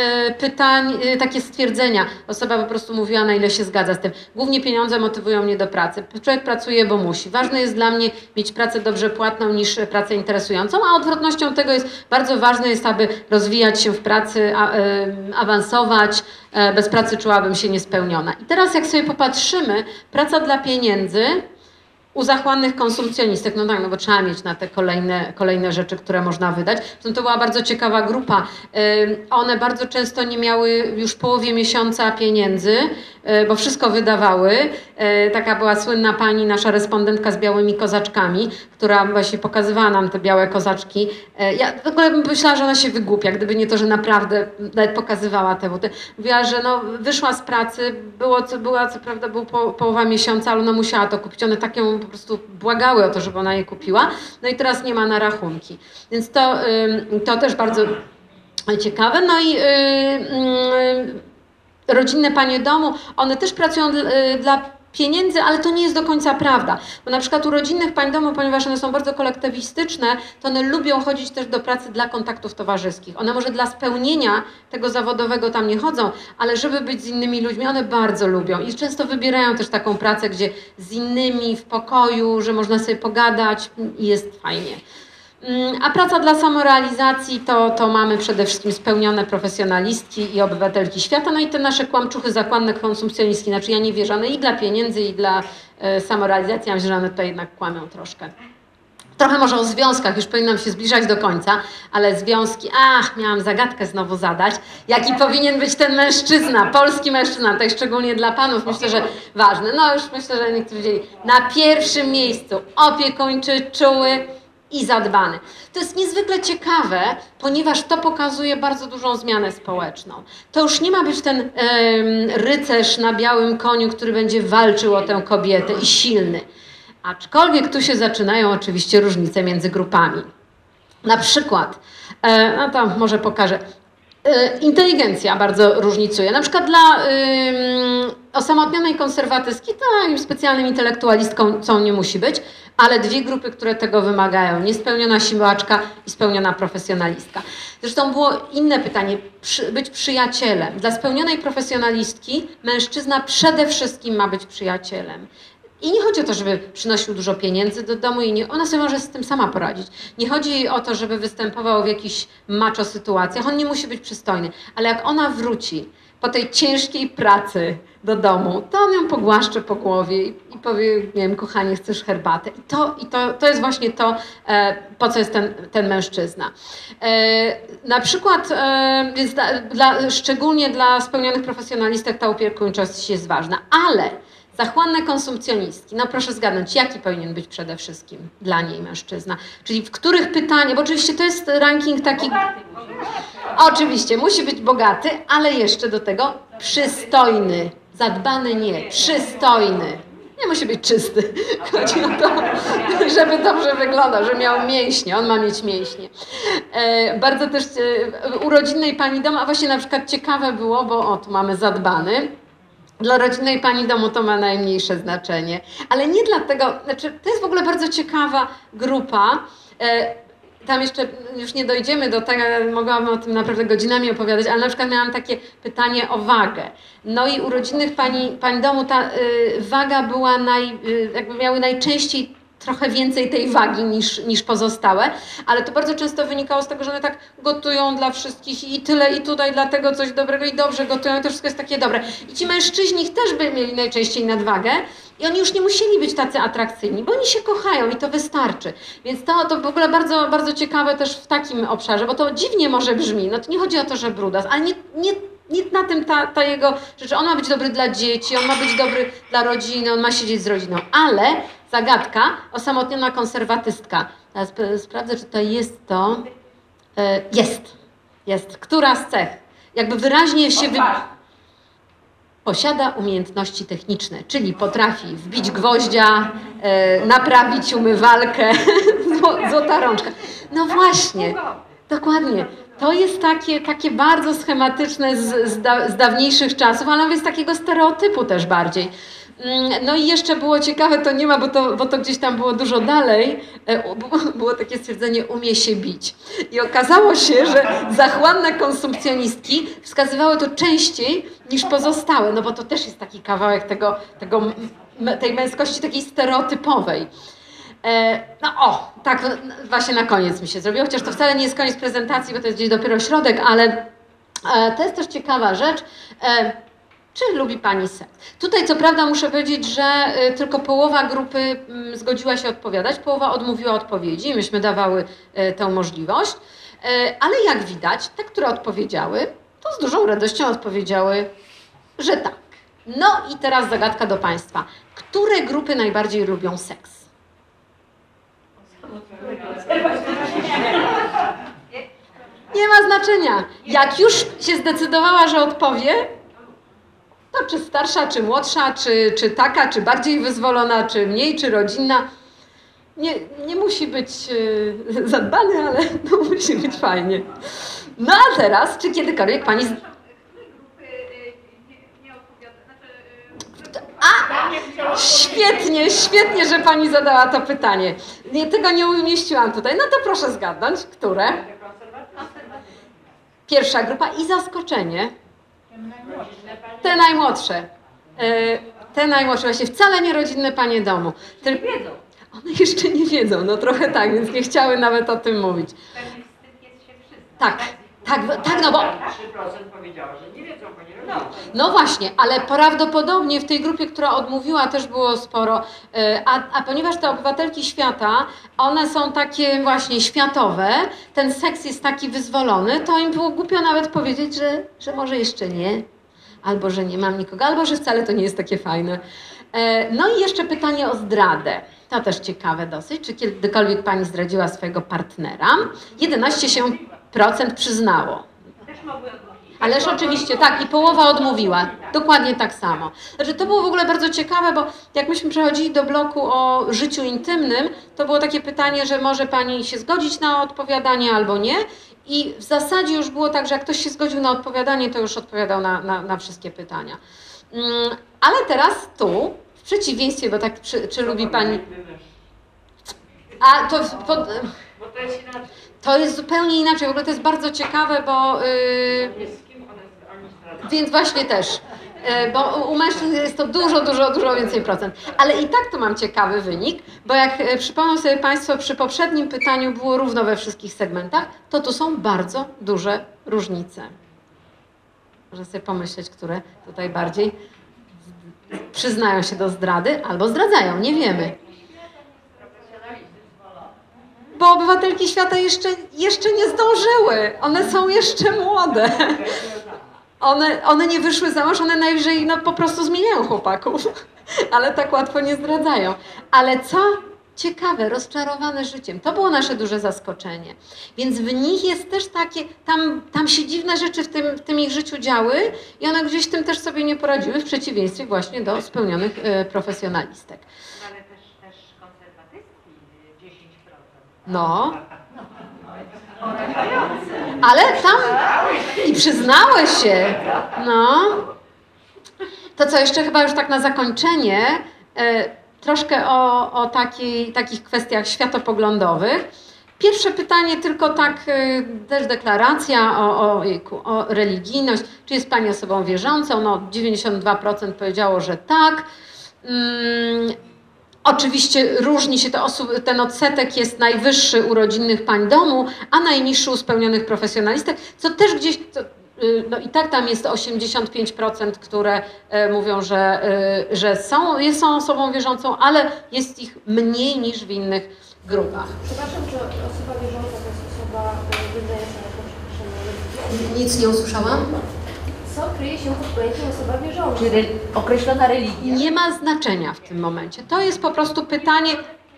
takie stwierdzenia. Osoba po prostu mówiła, na ile się zgadza z tym. Głównie pieniądze motywują mnie do pracy. Człowiek pracuje, bo musi. Ważne jest dla mnie mieć pracę dobrze płatną niż pracę interesującą, a odwrotnością tego jest bardzo ważne jest, aby rozwijać się w pracy, awansować. Bez pracy czułabym się niespełniona. I teraz jak sobie popatrzymy, praca dla pieniędzy u zachłannych konsumpcjonistek, no tak, no bo trzeba mieć na te kolejne rzeczy, które można wydać. To była bardzo ciekawa grupa. One bardzo często nie miały już w połowie miesiąca pieniędzy, bo wszystko wydawały. Taka była słynna pani, nasza respondentka z białymi kozaczkami, która właśnie pokazywała nam te białe kozaczki. Ja w ogóle bym myślała, że ona się wygłupia, gdyby nie to, że naprawdę nawet pokazywała te buty. Mówiła, że no, wyszła z pracy, co prawda był połowa miesiąca, ale ona musiała to kupić. One tak ją po prostu błagały o to, żeby ona je kupiła. No i teraz nie ma na rachunki. Więc to też bardzo ciekawe. No i rodzinne panie domu, one też pracują dla pieniędzy, ale to nie jest do końca prawda. Bo na przykład u rodzinnych pań domu, ponieważ one są bardzo kolektywistyczne, to one lubią chodzić też do pracy dla kontaktów towarzyskich. One może dla spełnienia tego zawodowego tam nie chodzą, ale żeby być z innymi ludźmi, one bardzo lubią i często wybierają też taką pracę, gdzie z innymi w pokoju, że można sobie pogadać i jest fajnie. A praca dla samorealizacji to mamy przede wszystkim spełnione profesjonalistki i obywatelki świata, no i te nasze kłamczuchy zakładne konsumpcjonistki, znaczy ja nie wierzę, one i dla pieniędzy, i dla samorealizacji, ja myślę, że one tutaj jednak kłamią troszkę. Trochę może o związkach, już powinnam się zbliżać do końca, ale związki, miałam zagadkę znowu zadać, jaki powinien być ten mężczyzna, polski mężczyzna, tutaj szczególnie dla panów, myślę, że ważny. No już myślę, że niektórzy wiedzieli, na pierwszym miejscu opiekuńczy, czuły i zadbany. To jest niezwykle ciekawe, ponieważ to pokazuje bardzo dużą zmianę społeczną. To już nie ma być ten rycerz na białym koniu, który będzie walczył o tę kobietę i silny. Aczkolwiek tu się zaczynają oczywiście różnice między grupami. Na przykład, no to może pokażę, inteligencja bardzo różnicuje. Na przykład dla osamotnionej konserwatystki, to specjalnym intelektualistką nie musi być, ale dwie grupy, które tego wymagają. Niespełniona siłaczka i spełniona profesjonalistka. Zresztą było inne pytanie, być przyjacielem. Dla spełnionej profesjonalistki mężczyzna przede wszystkim ma być przyjacielem. I nie chodzi o to, żeby przynosił dużo pieniędzy do domu i ona sobie może z tym sama poradzić. Nie chodzi o to, żeby występował w jakichś macho sytuacjach, on nie musi być przystojny. Ale jak ona wróci po tej ciężkiej pracy do domu, to on ją pogłaszcze po głowie i powie, nie wiem, kochanie, chcesz herbatę. To jest właśnie to, po co jest ten mężczyzna. Na przykład, więc szczególnie dla spełnionych profesjonalistek ta opiekuńczość jest ważna, ale zachłanne konsumpcjonistki, no proszę zgadnąć, jaki powinien być przede wszystkim dla niej mężczyzna? Czyli w których pytaniach, bo oczywiście to jest ranking taki... Oczywiście, musi być bogaty, ale jeszcze do tego przystojny. Zadbany nie, przystojny. Nie musi być czysty. Chodzi o to, żeby dobrze wyglądał, żeby miał mięśnie. On ma mieć mięśnie. Bardzo też urodzinnej pani domu, a właśnie na przykład ciekawe było, bo tu mamy zadbany. Dla rodzinnej pani domu to ma najmniejsze znaczenie, ale nie dlatego, znaczy to jest w ogóle bardzo ciekawa grupa, tam jeszcze już nie dojdziemy do tego, mogłabym o tym naprawdę godzinami opowiadać, ale na przykład miałam takie pytanie o wagę. No i u rodzinnych pani domu ta waga była jakby miały najczęściej trochę więcej tej wagi niż pozostałe, ale to bardzo często wynikało z tego, że one tak gotują dla wszystkich i tyle i tutaj dlatego coś dobrego i dobrze gotują i to wszystko jest takie dobre. I ci mężczyźni też by mieli najczęściej nadwagę i oni już nie musieli być tacy atrakcyjni, bo oni się kochają i to wystarczy. Więc to w ogóle bardzo, bardzo ciekawe też w takim obszarze, bo to dziwnie może brzmi, no to nie chodzi o to, że brudas, ale nie na tym ta jego rzecz. On ma być dobry dla dzieci, on ma być dobry dla rodziny, on ma siedzieć z rodziną, ale zagadka, osamotniona konserwatystka. Teraz sprawdzę, czy to jest to. Jest. Która z cech? Jakby wyraźnie się posiada umiejętności techniczne, czyli potrafi wbić gwoździa, naprawić umywalkę, złota rączka. No właśnie, dokładnie. To jest takie bardzo schematyczne z dawniejszych czasów, ale jest takiego stereotypu też bardziej. No i jeszcze było ciekawe, to nie ma, bo to gdzieś tam było dużo dalej, było takie stwierdzenie, umie się bić. I okazało się, że zachłanne konsumpcjonistki wskazywały to częściej niż pozostałe, no bo to też jest taki kawałek tej męskości takiej stereotypowej. Tak właśnie na koniec mi się zrobiło, chociaż to wcale nie jest koniec prezentacji, bo to jest gdzieś dopiero środek, ale to jest też ciekawa rzecz. Czy lubi Pani seks? Tutaj co prawda muszę powiedzieć, że tylko połowa grupy zgodziła się odpowiadać, połowa odmówiła odpowiedzi, myśmy dawały tę możliwość, ale jak widać, te, które odpowiedziały, to z dużą radością odpowiedziały, że tak. No i teraz zagadka do Państwa. Które grupy najbardziej lubią seks? Nie ma znaczenia. Jak już się zdecydowała, że odpowie, to czy starsza, czy młodsza, czy taka, czy bardziej wyzwolona, czy mniej, czy rodzinna. Nie musi być zadbany, ale to musi być fajnie. No a teraz, czy kiedykolwiek Pani... Świetnie, że Pani zadała to pytanie. Tego nie umieściłam tutaj. No to proszę zgadnąć, które? Pierwsza grupa i zaskoczenie. Te najmłodsze. Te najmłodsze, właśnie wcale nie rodzinne panie domu. One jeszcze nie wiedzą, no trochę tak, więc nie chciały nawet o tym mówić. Pewnie wstyd jest się przyznać. Tak, no bo... 3% powiedziała, że nie wiedzą, bo nie robią. No właśnie, ale prawdopodobnie w tej grupie, która odmówiła, też było sporo, a ponieważ te obywatelki świata, one są takie właśnie światowe, ten seks jest taki wyzwolony, to im było głupio nawet powiedzieć, że może jeszcze nie, albo że nie mam nikogo, albo że wcale to nie jest takie fajne. No i jeszcze pytanie o zdradę. To też ciekawe dosyć. Czy kiedykolwiek pani zdradziła swojego partnera? 11% przyznało. Też mogły odmówić. Ależ oczywiście, tak, i połowa odmówiła. Dokładnie tak samo. Znaczy, to było w ogóle bardzo ciekawe, bo jak myśmy przechodzili do bloku o życiu intymnym, to było takie pytanie, że może pani się zgodzić na odpowiadanie albo nie. I w zasadzie już było tak, że jak ktoś się zgodził na odpowiadanie, to już odpowiadał na wszystkie pytania. Ale teraz tu, w przeciwieństwie, bo tak, czy lubi pani... A to... Bo to jest inaczej. To jest zupełnie inaczej. W ogóle to jest bardzo ciekawe, bo... Z kim oni zdradzają? Więc właśnie też, bo u mężczyzn jest to dużo więcej procent. Ale i tak tu mam ciekawy wynik, bo jak przypomną sobie Państwo, przy poprzednim pytaniu było równo we wszystkich segmentach, to tu są bardzo duże różnice. Można sobie pomyśleć, które tutaj bardziej przyznają się do zdrady albo zdradzają, nie wiemy. Bo obywatelki świata jeszcze nie zdążyły. One są jeszcze młode. One nie wyszły za mąż, one najwyżej po prostu zmieniają chłopaków. Ale tak łatwo nie zdradzają. Ale co ciekawe, rozczarowane życiem. To było nasze duże zaskoczenie. Więc w nich jest też takie, tam się dziwne rzeczy w tym ich życiu działy i one gdzieś tym też sobie nie poradziły, w przeciwieństwie właśnie do spełnionych profesjonalistek. Ale też konserwatystki 10%. No. Ale tam i przyznały się. No. To co, jeszcze chyba już tak na zakończenie, troszkę o takich kwestiach światopoglądowych. Pierwsze pytanie tylko tak, też deklaracja o religijność. Czy jest pani osobą wierzącą? No 92% powiedziało, że tak. Oczywiście różni się ten odsetek jest najwyższy u rodzinnych pań domu, a najniższy u spełnionych profesjonalistek, co też gdzieś, no i tak tam jest 85%, które mówią, że są osobą wierzącą, ale jest ich mniej niż w innych grupach. Przepraszam, czy osoba wierząca to jest osoba wyznająca jakąś określoną religię? Nic nie usłyszałam? Co kryje się pod pojęciem osoba wierząca? Czy określona religia? Nie ma znaczenia w tym momencie. To jest po prostu pytanie...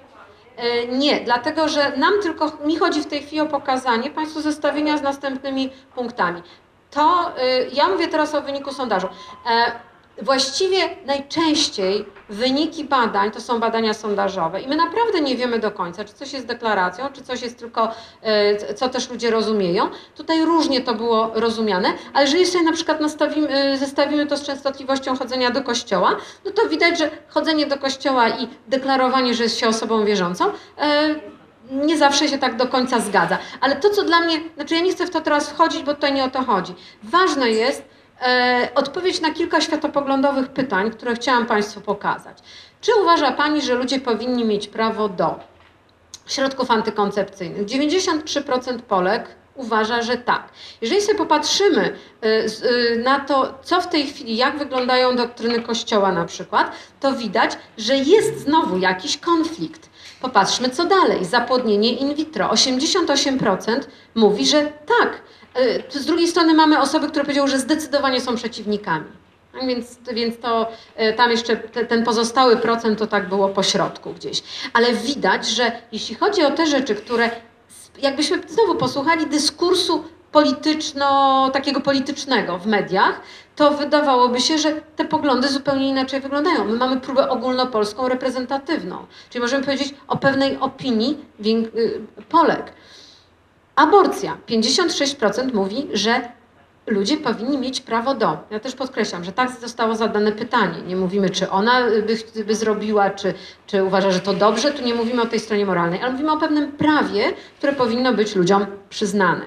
Nie, dlatego że mi chodzi w tej chwili o pokazanie Państwu zestawienia z następnymi punktami. To, ja mówię teraz o wyniku sondażu. Właściwie najczęściej wyniki badań to są badania sondażowe i my naprawdę nie wiemy do końca, czy coś jest deklaracją, czy coś jest tylko, co też ludzie rozumieją. Tutaj różnie to było rozumiane, ale jeżeli sobie na przykład zestawimy to z częstotliwością chodzenia do kościoła, no to widać, że chodzenie do kościoła i deklarowanie, że jest się osobą wierzącą, nie zawsze się tak do końca zgadza. Ale to, co dla mnie, znaczy ja nie chcę w to teraz wchodzić, bo tutaj nie o to chodzi. Ważne jest odpowiedź na kilka światopoglądowych pytań, które chciałam Państwu pokazać. Czy uważa Pani, że ludzie powinni mieć prawo do środków antykoncepcyjnych? 93% Polek uważa, że tak. Jeżeli sobie popatrzymy na to, co w tej chwili, jak wyglądają doktryny Kościoła na przykład, to widać, że jest znowu jakiś konflikt. Popatrzmy, co dalej. Zapłodnienie in vitro. 88% mówi, że tak. Z drugiej strony mamy osoby, które powiedziały, że zdecydowanie są przeciwnikami. Więc to tam jeszcze ten pozostały procent to tak było po środku gdzieś. Ale widać, że jeśli chodzi o te rzeczy, które jakbyśmy znowu posłuchali dyskursu takiego politycznego w mediach, to wydawałoby się, że te poglądy zupełnie inaczej wyglądają. My mamy próbę ogólnopolską, reprezentatywną. Czyli możemy powiedzieć o pewnej opinii Polek. Aborcja. 56% mówi, że ludzie powinni mieć prawo do. Ja też podkreślam, że tak zostało zadane pytanie. Nie mówimy, czy ona by zrobiła, czy uważa, że to dobrze. Tu nie mówimy o tej stronie moralnej, ale mówimy o pewnym prawie, które powinno być ludziom przyznane.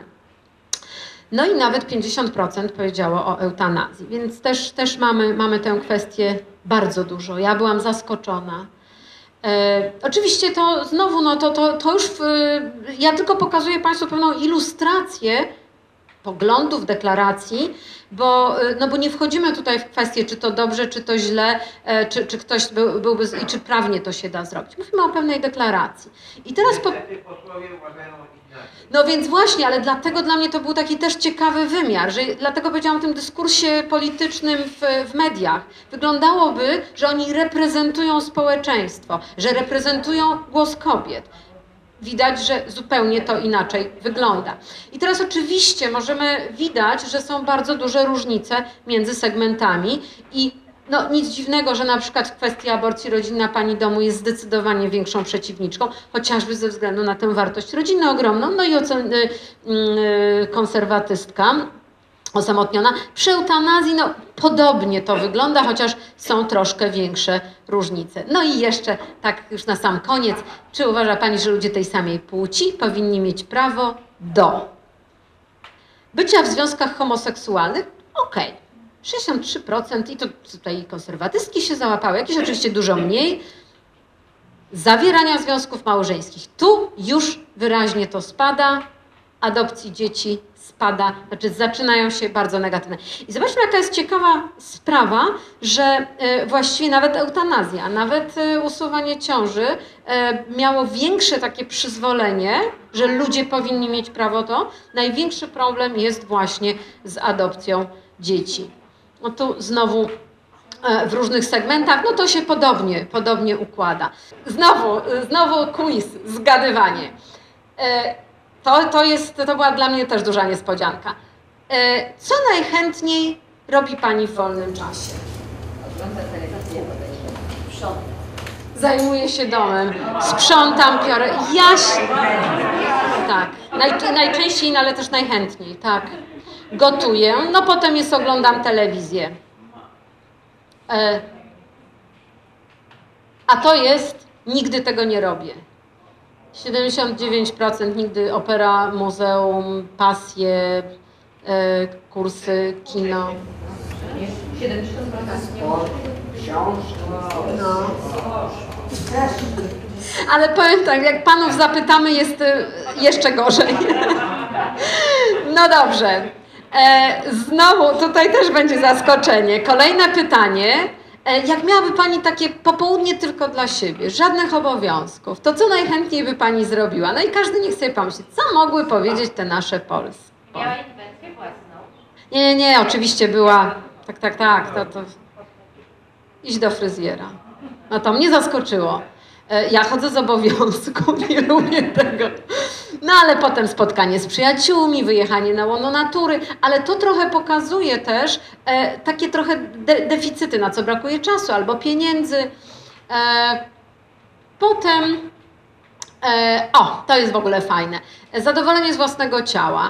No i nawet 50% powiedziało o eutanazji, więc też mamy tę kwestię bardzo dużo. Ja byłam zaskoczona. Oczywiście to znowu, no to już, ja tylko pokazuję Państwu pewną ilustrację poglądów, deklaracji, bo nie wchodzimy tutaj w kwestię, czy to dobrze, czy to źle, czy ktoś byłby, i czy prawnie to się da zrobić. Mówimy o pewnej deklaracji. I teraz no więc właśnie, ale dlatego dla mnie to był taki też ciekawy wymiar, że dlatego powiedziałam o tym dyskursie politycznym w mediach. Wyglądałoby, że oni reprezentują społeczeństwo, że reprezentują głos kobiet. Widać, że zupełnie to inaczej wygląda. I teraz oczywiście widać, że są bardzo duże różnice między segmentami i no, nic dziwnego, że na przykład w kwestii aborcji rodzinna pani domu jest zdecydowanie większą przeciwniczką, chociażby ze względu na tę wartość rodzinną ogromną, no i konserwatystka osamotniona. Przy eutanazji no, podobnie to wygląda, chociaż są troszkę większe różnice. No i jeszcze tak już na sam koniec, czy uważa Pani, że ludzie tej samej płci powinni mieć prawo do bycia w związkach homoseksualnych? Okej. 63% i to tutaj konserwatystki się załapały, jakieś oczywiście dużo mniej, zawierania związków małżeńskich. Tu już wyraźnie to spada, adopcji dzieci spada, znaczy zaczynają się bardzo negatywne. I zobaczmy, jaka jest ciekawa sprawa, że właściwie nawet eutanazja, nawet usuwanie ciąży miało większe takie przyzwolenie, że ludzie powinni mieć prawo to. Największy problem jest właśnie z adopcją dzieci. No tu znowu w różnych segmentach, no to się podobnie układa. Znowu quiz, zgadywanie. To była dla mnie też duża niespodzianka. Co najchętniej robi Pani w wolnym czasie? Ogląda telewizję, sprząta. Zajmuję się domem, sprzątam, piorę. Tak, najczęściej, no, ale też najchętniej, tak. Gotuję, no potem oglądam telewizję. A to jest, nigdy tego nie robię. 79% nigdy opera, muzeum, pasje, kursy, kino. 70% Sport, książki. No. Ale powiem tak, jak Panów zapytamy, jest jeszcze gorzej. No dobrze. Znowu tutaj też będzie zaskoczenie. Kolejne pytanie. Jak miałaby Pani takie popołudnie tylko dla siebie, żadnych obowiązków, to co najchętniej by Pani zrobiła? No i każdy niech sobie pomyśli, co mogły powiedzieć te nasze Polskie. miała inwencję własną. Nie, oczywiście była, tak, to iść do fryzjera. No to mnie zaskoczyło. Ja chodzę z obowiązku, nie lubię tego. No ale potem spotkanie z przyjaciółmi, wyjechanie na łono natury, ale to trochę pokazuje też takie trochę deficyty, na co brakuje czasu albo pieniędzy. Potem, to jest w ogóle fajne, zadowolenie z własnego ciała.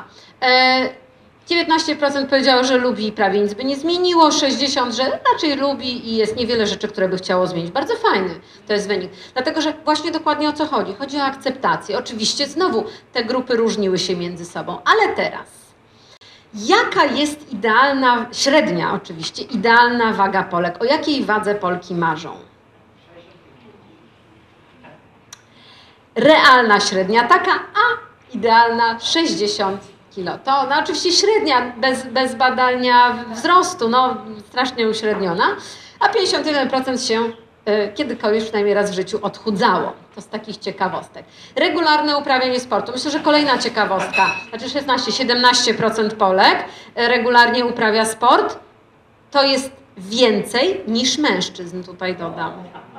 19% powiedziało, że lubi i prawie nic by nie zmieniło, 60%, że raczej lubi i jest niewiele rzeczy, które by chciało zmienić. Bardzo fajny to jest wynik, dlatego że właśnie dokładnie o co chodzi. Chodzi o akceptację. Oczywiście znowu te grupy różniły się między sobą, ale teraz jaka jest idealna, średnia oczywiście, idealna waga Polek? O jakiej wadze Polki marzą? Realna średnia taka, a idealna 60 kilo. To no, oczywiście średnia, bez badania wzrostu, no strasznie uśredniona, a 51% się kiedykolwiek przynajmniej raz w życiu odchudzało. To z takich ciekawostek. Regularne uprawianie sportu. Myślę, że kolejna ciekawostka, znaczy 17% Polek regularnie uprawia sport. To jest więcej niż mężczyzn, tutaj dodam.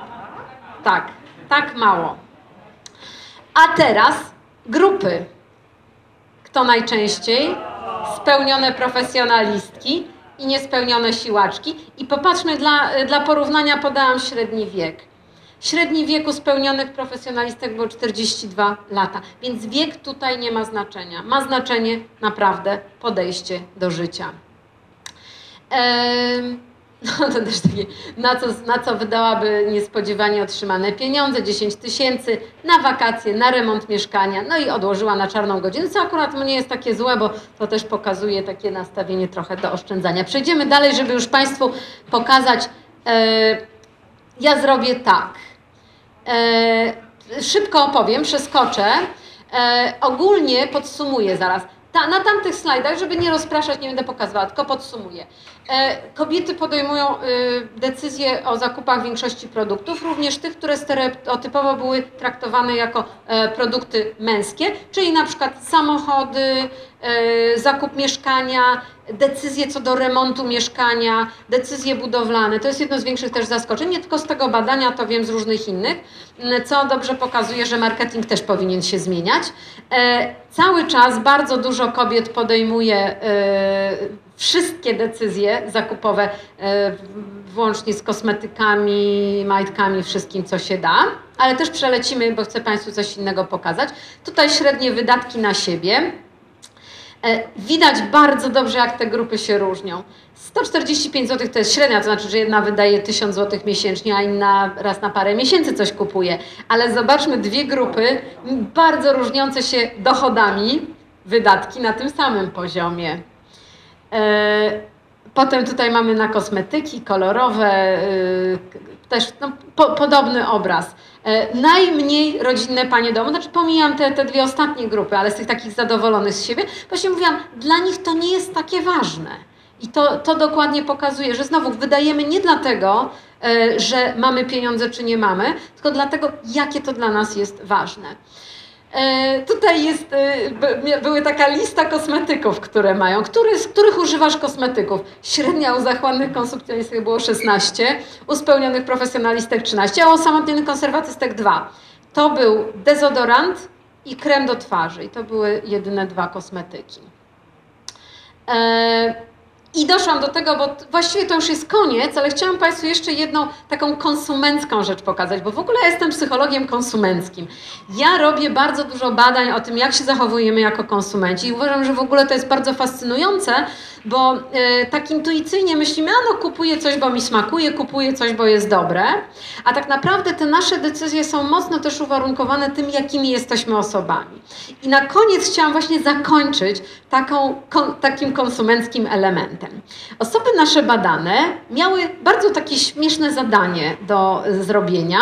Tak mało. A teraz grupy. Kto najczęściej? Spełnione profesjonalistki i niespełnione siłaczki. I popatrzmy, dla porównania podałam średni wiek. Średni wieku spełnionych profesjonalistek było 42 lata, więc wiek tutaj nie ma znaczenia. Ma znaczenie naprawdę podejście do życia. No to też takie, na co wydałaby niespodziewanie otrzymane pieniądze, 10 000 na wakacje, na remont mieszkania, no i odłożyła na czarną godzinę, co akurat nie jest takie złe, bo to też pokazuje takie nastawienie trochę do oszczędzania. Przejdziemy dalej, żeby już Państwu pokazać, ja zrobię tak. Szybko opowiem, przeskoczę. Ogólnie podsumuję zaraz. Na tamtych slajdach, żeby nie rozpraszać, nie będę pokazywała, tylko podsumuję. Kobiety podejmują decyzje o zakupach większości produktów, również tych, które stereotypowo były traktowane jako produkty męskie, czyli na przykład samochody, zakup mieszkania, decyzje co do remontu mieszkania, decyzje budowlane. To jest jedno z większych też zaskoczeń, nie tylko z tego badania, to wiem z różnych innych, co dobrze pokazuje, że marketing też powinien się zmieniać. Cały czas bardzo dużo kobiet podejmuje wszystkie decyzje zakupowe, włącznie z kosmetykami, majtkami, wszystkim co się da, ale też przelecimy, bo chcę Państwu coś innego pokazać. Tutaj średnie wydatki na siebie. Widać bardzo dobrze, jak te grupy się różnią. 145 zł to jest średnia, to znaczy, że jedna wydaje 1000 zł miesięcznie, a inna raz na parę miesięcy coś kupuje. Ale zobaczmy dwie grupy bardzo różniące się dochodami, wydatki na tym samym poziomie. Potem tutaj mamy na kosmetyki kolorowe, też no, podobny obraz. Najmniej rodzinne panie domu, znaczy pomijam te dwie ostatnie grupy, ale z tych takich zadowolonych z siebie, właśnie mówiłam, dla nich to nie jest takie ważne. I to dokładnie pokazuje, że znowu wydajemy nie dlatego, że mamy pieniądze czy nie mamy, tylko dlatego, jakie to dla nas jest ważne. Tutaj były taka lista kosmetyków, które mają. Z których używasz kosmetyków? Średnia u zachłannych konsumpcjonistów było 16, u spełnionych profesjonalistek 13, a u osamotnionych konserwatystek 2. To był dezodorant i krem do twarzy. I to były jedyne dwa kosmetyki. I doszłam do tego, bo właściwie to już jest koniec, ale chciałam Państwu jeszcze jedną taką konsumencką rzecz pokazać, bo w ogóle ja jestem psychologiem konsumenckim. Ja robię bardzo dużo badań o tym, jak się zachowujemy jako konsumenci i uważam, że w ogóle to jest bardzo fascynujące, bo tak intuicyjnie myślimy, a no kupuję coś, bo mi smakuje, kupuję coś, bo jest dobre, a tak naprawdę te nasze decyzje są mocno też uwarunkowane tym, jakimi jesteśmy osobami. I na koniec chciałam właśnie zakończyć takim konsumenckim elementem. Osoby nasze badane miały bardzo takie śmieszne zadanie do zrobienia.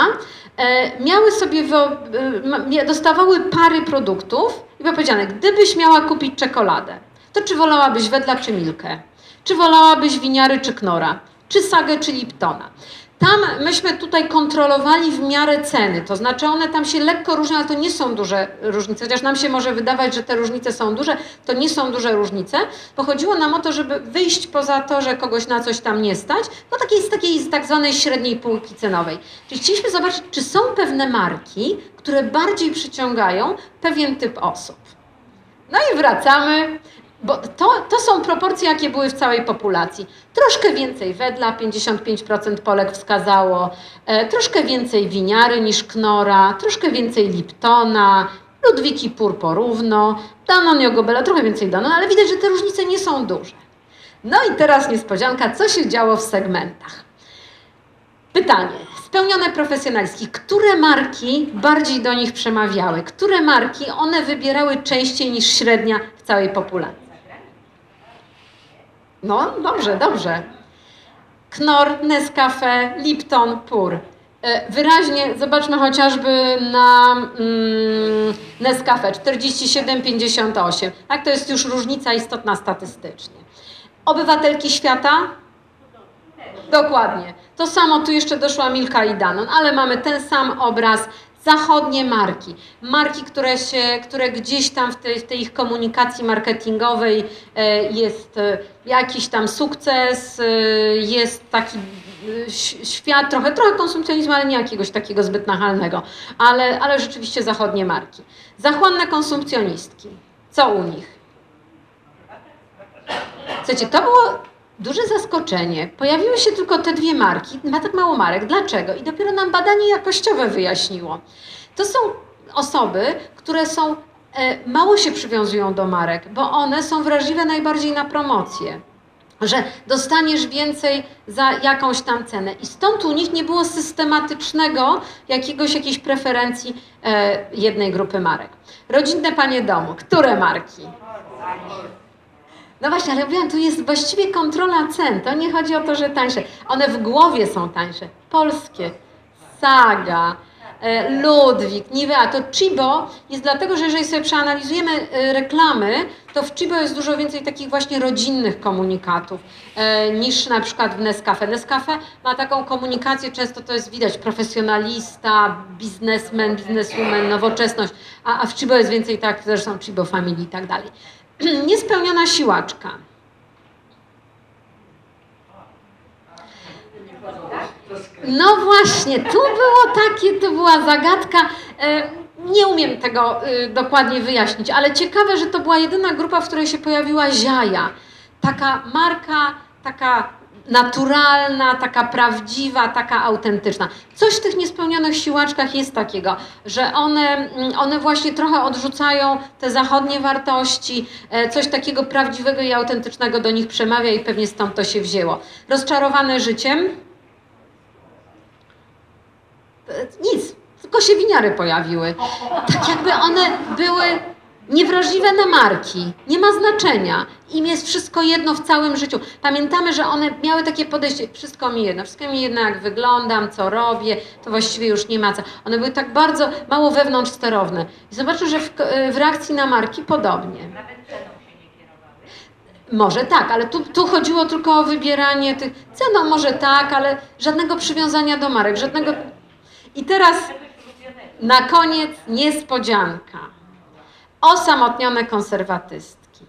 Dostawały pary produktów i było powiedziane, gdybyś miała kupić czekoladę, to czy wolałabyś Wedla czy Milkę? Czy wolałabyś Winiary czy Knora? Czy Sagę czy Liptona? Tam myśmy tutaj kontrolowali w miarę ceny, to znaczy one tam się lekko różnią, ale to nie są duże różnice, chociaż nam się może wydawać, że te różnice są duże, to nie są duże różnice, bo chodziło nam o to, żeby wyjść poza to, że kogoś na coś tam nie stać, no takiej tak zwanej średniej półki cenowej. Czyli chcieliśmy zobaczyć, czy są pewne marki, które bardziej przyciągają pewien typ osób. No i wracamy. Bo to są proporcje, jakie były w całej populacji. Troszkę więcej Wedla, 55% Polek wskazało, troszkę więcej Winiary niż Knora, troszkę więcej Liptona, Ludwiki Pur porówno, Danone i Ogobela, trochę więcej Danone, ale widać, że te różnice nie są duże. No i teraz niespodzianka, co się działo w segmentach. Pytanie, spełnione profesjonalistki, które marki bardziej do nich przemawiały? Które marki one wybierały częściej niż średnia w całej populacji? No, dobrze, dobrze. Knor, Nescafe, Lipton, Pur. Wyraźnie, zobaczmy chociażby na Nescafe, 47,58. Tak, to jest już różnica istotna statystycznie. Obywatelki świata? Dokładnie. To samo, tu jeszcze doszła Milka i Danone, ale mamy ten sam obraz. Zachodnie marki. Marki, które gdzieś tam w tej ich komunikacji marketingowej jest jakiś tam sukces, jest taki świat, trochę konsumpcjonizmu, ale nie jakiegoś takiego zbyt nachalnego, ale rzeczywiście zachodnie marki. Zachłanne konsumpcjonistki. Co u nich? Słuchajcie, to było duże zaskoczenie. Pojawiły się tylko te dwie marki, ma tak mało marek. Dlaczego? I dopiero nam badanie jakościowe wyjaśniło. To są osoby, które mało się przywiązują do marek, bo one są wrażliwe najbardziej na promocję. Że dostaniesz więcej za jakąś tam cenę. I stąd u nich nie było systematycznego jakiejś preferencji jednej grupy marek. Rodzinne panie domu. Które marki? No właśnie, ale mówiłam, tu jest właściwie kontrola cen. To nie chodzi o to, że tańsze. One w głowie są tańsze. Polskie, Saga, Ludwik, Nivea. To Chibo jest dlatego, że jeżeli sobie przeanalizujemy reklamy, to w Chibo jest dużo więcej takich właśnie rodzinnych komunikatów niż na przykład w Nescafe. Nescafe ma taką komunikację, często to jest widać, profesjonalista, biznesmen, bizneswoman, nowoczesność, a w Chibo jest więcej tak, zresztą Chibo Family i tak dalej. Niespełniona siłaczka. No właśnie, to była zagadka. Nie umiem tego dokładnie wyjaśnić, ale ciekawe, że to była jedyna grupa, w której się pojawiła Ziaja. Taka marka, taka naturalna, taka prawdziwa, taka autentyczna. Coś w tych niespełnionych siłaczkach jest takiego, że one właśnie trochę odrzucają te zachodnie wartości, coś takiego prawdziwego i autentycznego do nich przemawia i pewnie stąd to się wzięło. Rozczarowane życiem? Nic, tylko się winiary pojawiły. Tak jakby one były niewrażliwe na marki, nie ma znaczenia. Im jest wszystko jedno w całym życiu. Pamiętamy, że one miały takie podejście, wszystko mi jedno jak wyglądam, co robię, to właściwie już nie ma co. One były tak bardzo mało wewnątrz sterowne. I zobaczę, że w reakcji na marki podobnie. Nawet ceną się nie kierowały. Może tak, ale tu chodziło tylko o wybieranie tych... Ceną może tak, ale żadnego przywiązania do marek, żadnego... I teraz na koniec niespodzianka. Osamotnione konserwatystki.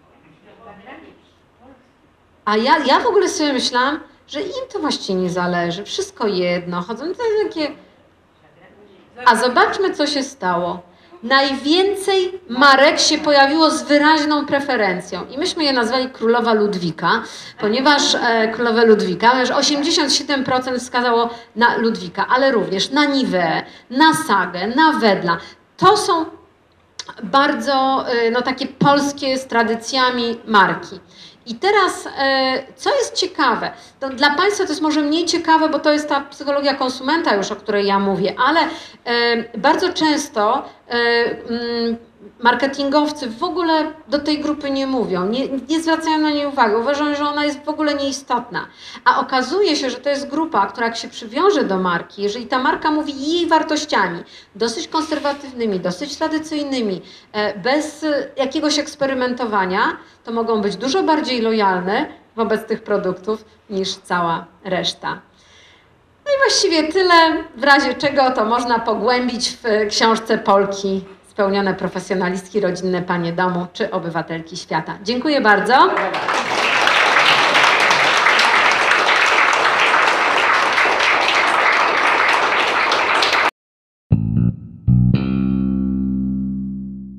A ja w ogóle sobie myślałam, że im to właściwie nie zależy. Wszystko jedno. Chodzą to takie... A zobaczmy, co się stało. Najwięcej marek się pojawiło z wyraźną preferencją. I myśmy je nazwali Królowa Ludwika, ponieważ Królowa Ludwika, że 87% wskazało na Ludwika, ale również na Niveę, na Sagę, na Wedla. To są bardzo takie polskie z tradycjami marki. I teraz, co jest ciekawe, to dla Państwa to jest może mniej ciekawe, bo to jest ta psychologia konsumenta już, o której ja mówię, ale bardzo często marketingowcy w ogóle do tej grupy nie mówią, nie zwracają na niej uwagi, uważają, że ona jest w ogóle nieistotna. A okazuje się, że to jest grupa, która jak się przywiąże do marki, jeżeli ta marka mówi jej wartościami, dosyć konserwatywnymi, dosyć tradycyjnymi, bez jakiegoś eksperymentowania, to mogą być dużo bardziej lojalne wobec tych produktów niż cała reszta. No i właściwie tyle, w razie czego to można pogłębić w książce Polki Spełnione profesjonalistki, rodzinne panie domu czy obywatelki świata. Dziękuję bardzo.